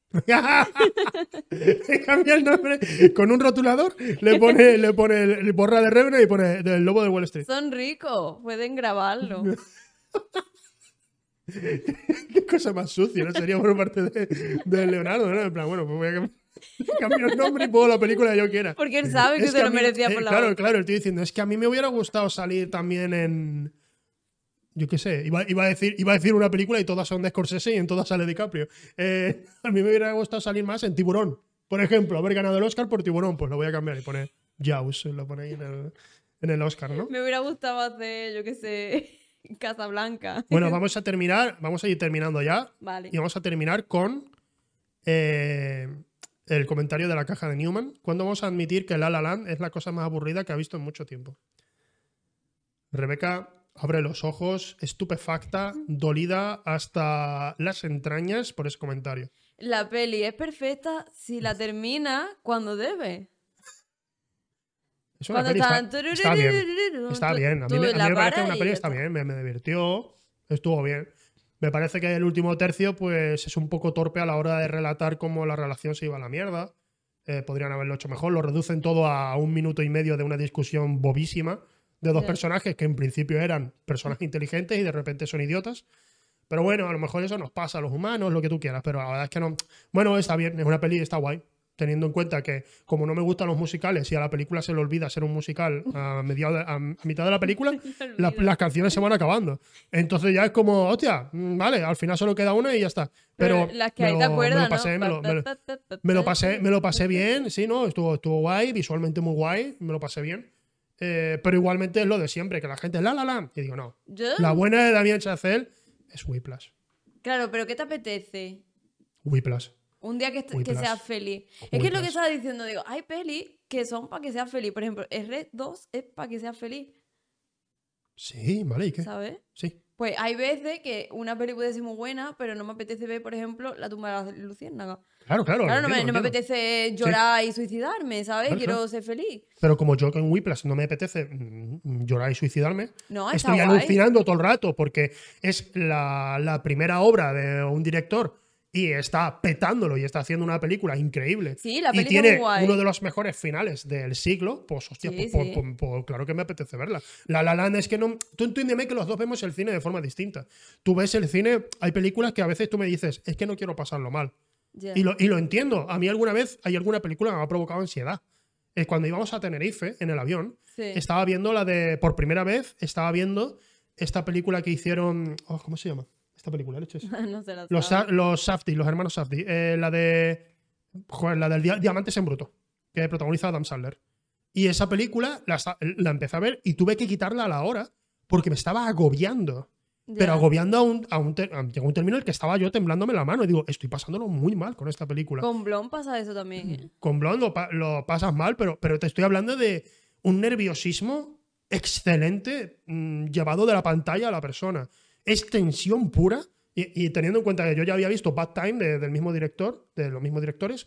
Le cambia el nombre con un rotulador, le pone el borra de Revenant y pone El Lobo de Wall Street. Son ricos. Pueden grabarlo. Qué cosa más sucia, ¿no? Sería por parte de Leonardo, ¿no? En plan, bueno, pues voy a cambiar el nombre y pongo la película que yo quiera. Porque él sabe que Es se a lo mí- merecía por la Claro, otra. claro, estoy diciendo, es que a mí me hubiera gustado salir también en. Yo qué sé, iba a decir una película y todas son de Scorsese y en todas sale DiCaprio. A mí me hubiera gustado salir más en Tiburón. Por ejemplo, haber ganado el Oscar por Tiburón, pues lo voy a cambiar y poner Jaws, lo pone ahí en el Oscar, ¿no? Me hubiera gustado hacer, yo qué sé, Casablanca. Bueno, vamos a ir terminando ya. Vale. Y vamos a terminar con el comentario de la caja de Newman. ¿Cuándo vamos a admitir que La La Land es la cosa más aburrida que ha visto en mucho tiempo? Rebeca abre los ojos, estupefacta, dolida hasta las entrañas por ese comentario. La peli es perfecta si la termina cuando debe. Es una Cuando peli, está bien. Está bien. A mí, tú a la mí me parece paras una y peli ya está está. bien. Me divirtió. Estuvo bien. Me parece que el último tercio pues es un poco torpe a la hora de relatar cómo la relación se iba a la mierda. Podrían haberlo hecho mejor. Lo reducen todo a 1 minuto y medio de una discusión bobísima de dos Ya. personajes que en principio eran personas inteligentes y de repente son idiotas. Pero bueno, a lo mejor eso nos pasa a los humanos, lo que tú quieras. Pero la verdad es que no. Bueno, está bien. Es una peli, está guay. Teniendo en cuenta que, como no me gustan los musicales y a la película se le olvida ser un musical a mitad de la película, las canciones se van acabando. Entonces ya es como, hostia, vale, al final solo queda una y ya está. Pero las que me hay lo- te acuerdas, me lo ¿no? pasé, me lo pasé bien, sí, ¿no? Estuvo guay, visualmente muy guay, me lo pasé bien. Pero igualmente es lo de siempre, que la gente, la. Y digo, no. ¿Yo? La buena de Damien Chazelle es Whiplash. Claro, pero ¿qué te apetece? Whiplash. Un día que Whiplash. seas feliz. Es que es lo que Whiplash. estaba diciendo, digo, hay pelis que son para que seas feliz. Por ejemplo, R2 es para que seas feliz, Sí, vale, ¿y qué? ¿sabes? Sí. Pues hay veces que una peli puede ser muy buena, pero no me apetece ver, por ejemplo, La tumba de las luciérnagas. Claro, claro, Claro, lo no me entiendo. apetece llorar y suicidarme, ¿sabes? Claro, Quiero claro. ser feliz. Pero como yo en Whiplash no me apetece llorar y suicidarme, No, está estoy guay. alucinando todo el rato porque es la primera obra de un director y está petándolo y está haciendo una película increíble. Sí, la Y peli está muy tiene uno guay. de los mejores finales del siglo, pues hostia, Sí, pues, sí. claro que me apetece verla. La La Land es que no. Tú entiéndeme que los dos vemos el cine de forma distinta. Tú ves el cine, hay películas que a veces tú me dices, es que no quiero pasarlo mal. Ya. Y lo entiendo. A mí alguna vez hay alguna película que me ha provocado ansiedad. Cuando íbamos a Tenerife en el avión, Sí. estaba viendo por primera vez, estaba viendo esta película que hicieron. ¿Cómo se llama? Esta película, leches. No se la Los, sabe. los Safdie, los hermanos Safdie. La de. Joder, la del Diamantes en Bruto, que protagoniza Adam Sandler. Y esa película la empecé a ver y tuve que quitarla a la hora porque me estaba agobiando. Pero Ya. agobiando llegó un término en el que estaba yo temblándome la mano y digo, estoy pasándolo muy mal con esta película. Con Blon pasa eso también, ¿eh? Con Blonde lo pasas mal, pero te estoy hablando de un nerviosismo excelente llevado de la pantalla a la persona. Es tensión pura y teniendo en cuenta que yo ya había visto Bad Time del mismo director, de los mismos directores,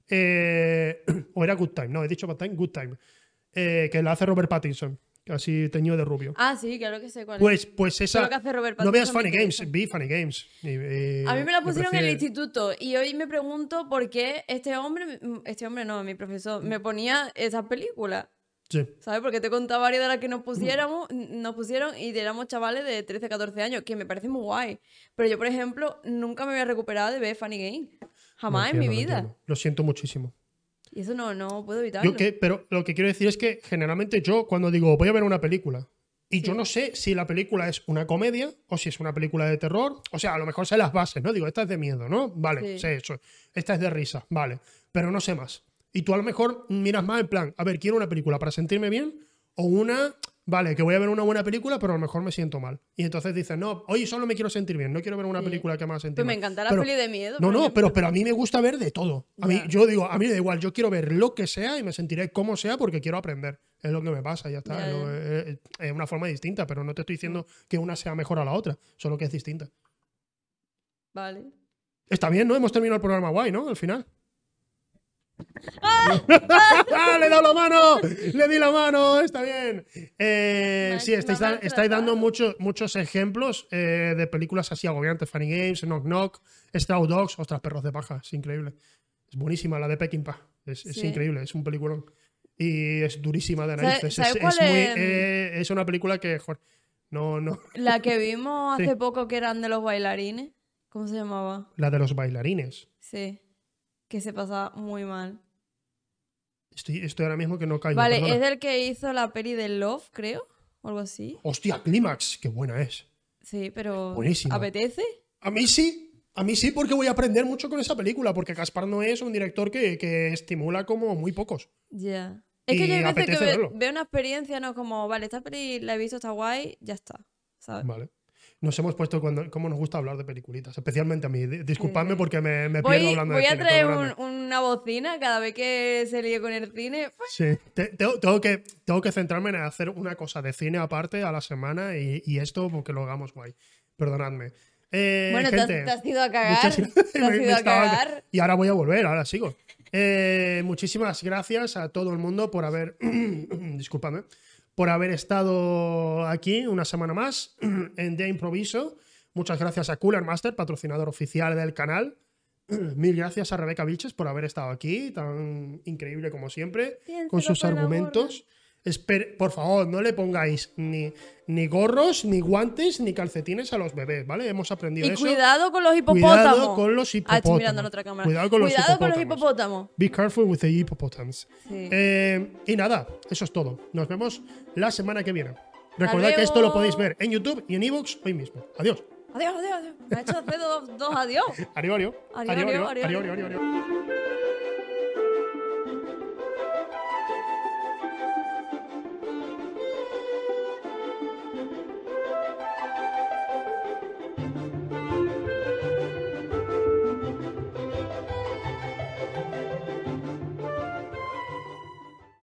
o era Good Time, no, he dicho Bad Time, Good Time, que la hace Robert Pattinson, casi teñido de rubio. Ah, sí, claro que sé cuál es. Pues esa. Todo lo que hace Robert No veas Pattinson me Funny Games, interesa. vi Funny Games. A mí me la pusieron en el parece- instituto y hoy me pregunto por qué este hombre no, mi profesor, me ponía esas películas. Sí. ¿Sabes? Porque te he contado varias de las que nos pusieron y éramos chavales de 13, 14 años, que me parece muy guay. Pero yo, por ejemplo, nunca me voy a recuperar de ver Funny Game. Lo Jamás en mi entiendo, lo vida. entiendo. Lo siento muchísimo. Y eso no puedo evitarlo. Pero lo que quiero decir es que generalmente yo cuando digo voy a ver una película y yo Sí. no sé si la película es una comedia o si es una película de terror, o sea, a lo mejor sé las bases, ¿no? Digo, esta es de miedo, ¿no? Vale, Sí. sé eso. Esta es de risa, vale, pero no sé más. Y tú a lo mejor miras más en plan, a ver, quiero una película para sentirme bien o una, vale, que voy a ver una buena película, pero a lo mejor me siento mal. Y entonces dices, no, hoy solo me quiero sentir bien, no quiero ver una Sí. película que me haga sentir Pues me mal. encanta la Pero- peli de miedo. No, por no, ejemplo. pero a mí me gusta ver de todo. A mí, Ya. yo digo, a mí me da igual, yo quiero ver lo que sea y me sentiré como sea porque quiero aprender. Es lo que me pasa, ya está. Ya, ya. Es una forma distinta, pero no te estoy diciendo que una sea mejor a la otra, solo que es distinta. Vale. Está bien, ¿no? Hemos terminado el programa guay, ¿no? Al final. ¡Ah! ¡Le he dado la mano! ¡Le di la mano! Está bien. Sí, Me ha estáis dando maltratado. muchos ejemplos de películas así agobiantes. Funny Games, Knock Knock, Straw Dogs, ostras, perros de paja. Es increíble. Es buenísima la de Peckinpah. Es Sí. increíble, es un peliculón. Y es durísima de ¿Sabes- narices. sabes cuál Es una película que, joder, no. La que vimos Sí. hace poco que eran de los bailarines. ¿Cómo se llamaba? La de los bailarines. Sí. Que se pasaba muy mal. Estoy ahora mismo que no caigo. Vale, perdona. es del que hizo la peli de Love, creo. O algo así. Hostia, Clímax, qué buena es. Sí, pero. Buenísima. ¿Apetece? A mí sí, porque voy a aprender mucho con esa película, porque Gaspar Noé es un director que estimula como muy pocos. Ya. Es Y que yo hay veces que apetece verlo. veo una experiencia, ¿no? Como, vale, esta peli la he visto, está guay, ya está. ¿Sabes? Vale. Nos hemos puesto cómo nos gusta hablar de peliculitas, especialmente a mí. Disculpadme porque me pierdo Voy, hablando voy de a cine, traer perdonadme. una bocina cada vez que se líe con el cine. Sí, tengo que centrarme en hacer una cosa de cine aparte a la semana y esto porque lo hagamos guay. Perdonadme. Bueno, Gente, te has ido a cagar. muchas- Te has ido a cagar. Y ahora voy a volver, ahora sigo. Muchísimas gracias a todo el mundo por haber, discúlpame, por haber estado aquí una semana más en De Improviso. Muchas gracias a Cooler Master, patrocinador oficial del canal. Mil gracias a Rebeca Vilches por haber estado aquí, tan increíble como siempre, Piénselo con sus con la argumentos. Por favor, no le pongáis ni gorros, ni guantes, ni calcetines a los bebés, ¿vale? Hemos aprendido Y eso. cuidado con los hipopótamos. Cuidado con los Ah, estoy mirando hipopótamos. en otra cámara. Cuidado con los hipopótamos. Be careful with the hippopotamus. Sí. Y nada, eso es todo. Nos vemos la semana que viene. Recordad que esto lo podéis ver en YouTube y en iVoox hoy mismo. Adiós. Adiós, adiós, adiós. Me ha hecho hacer dos adiós. Adiós, adiós. Adiós, adiós, adiós. Adiós.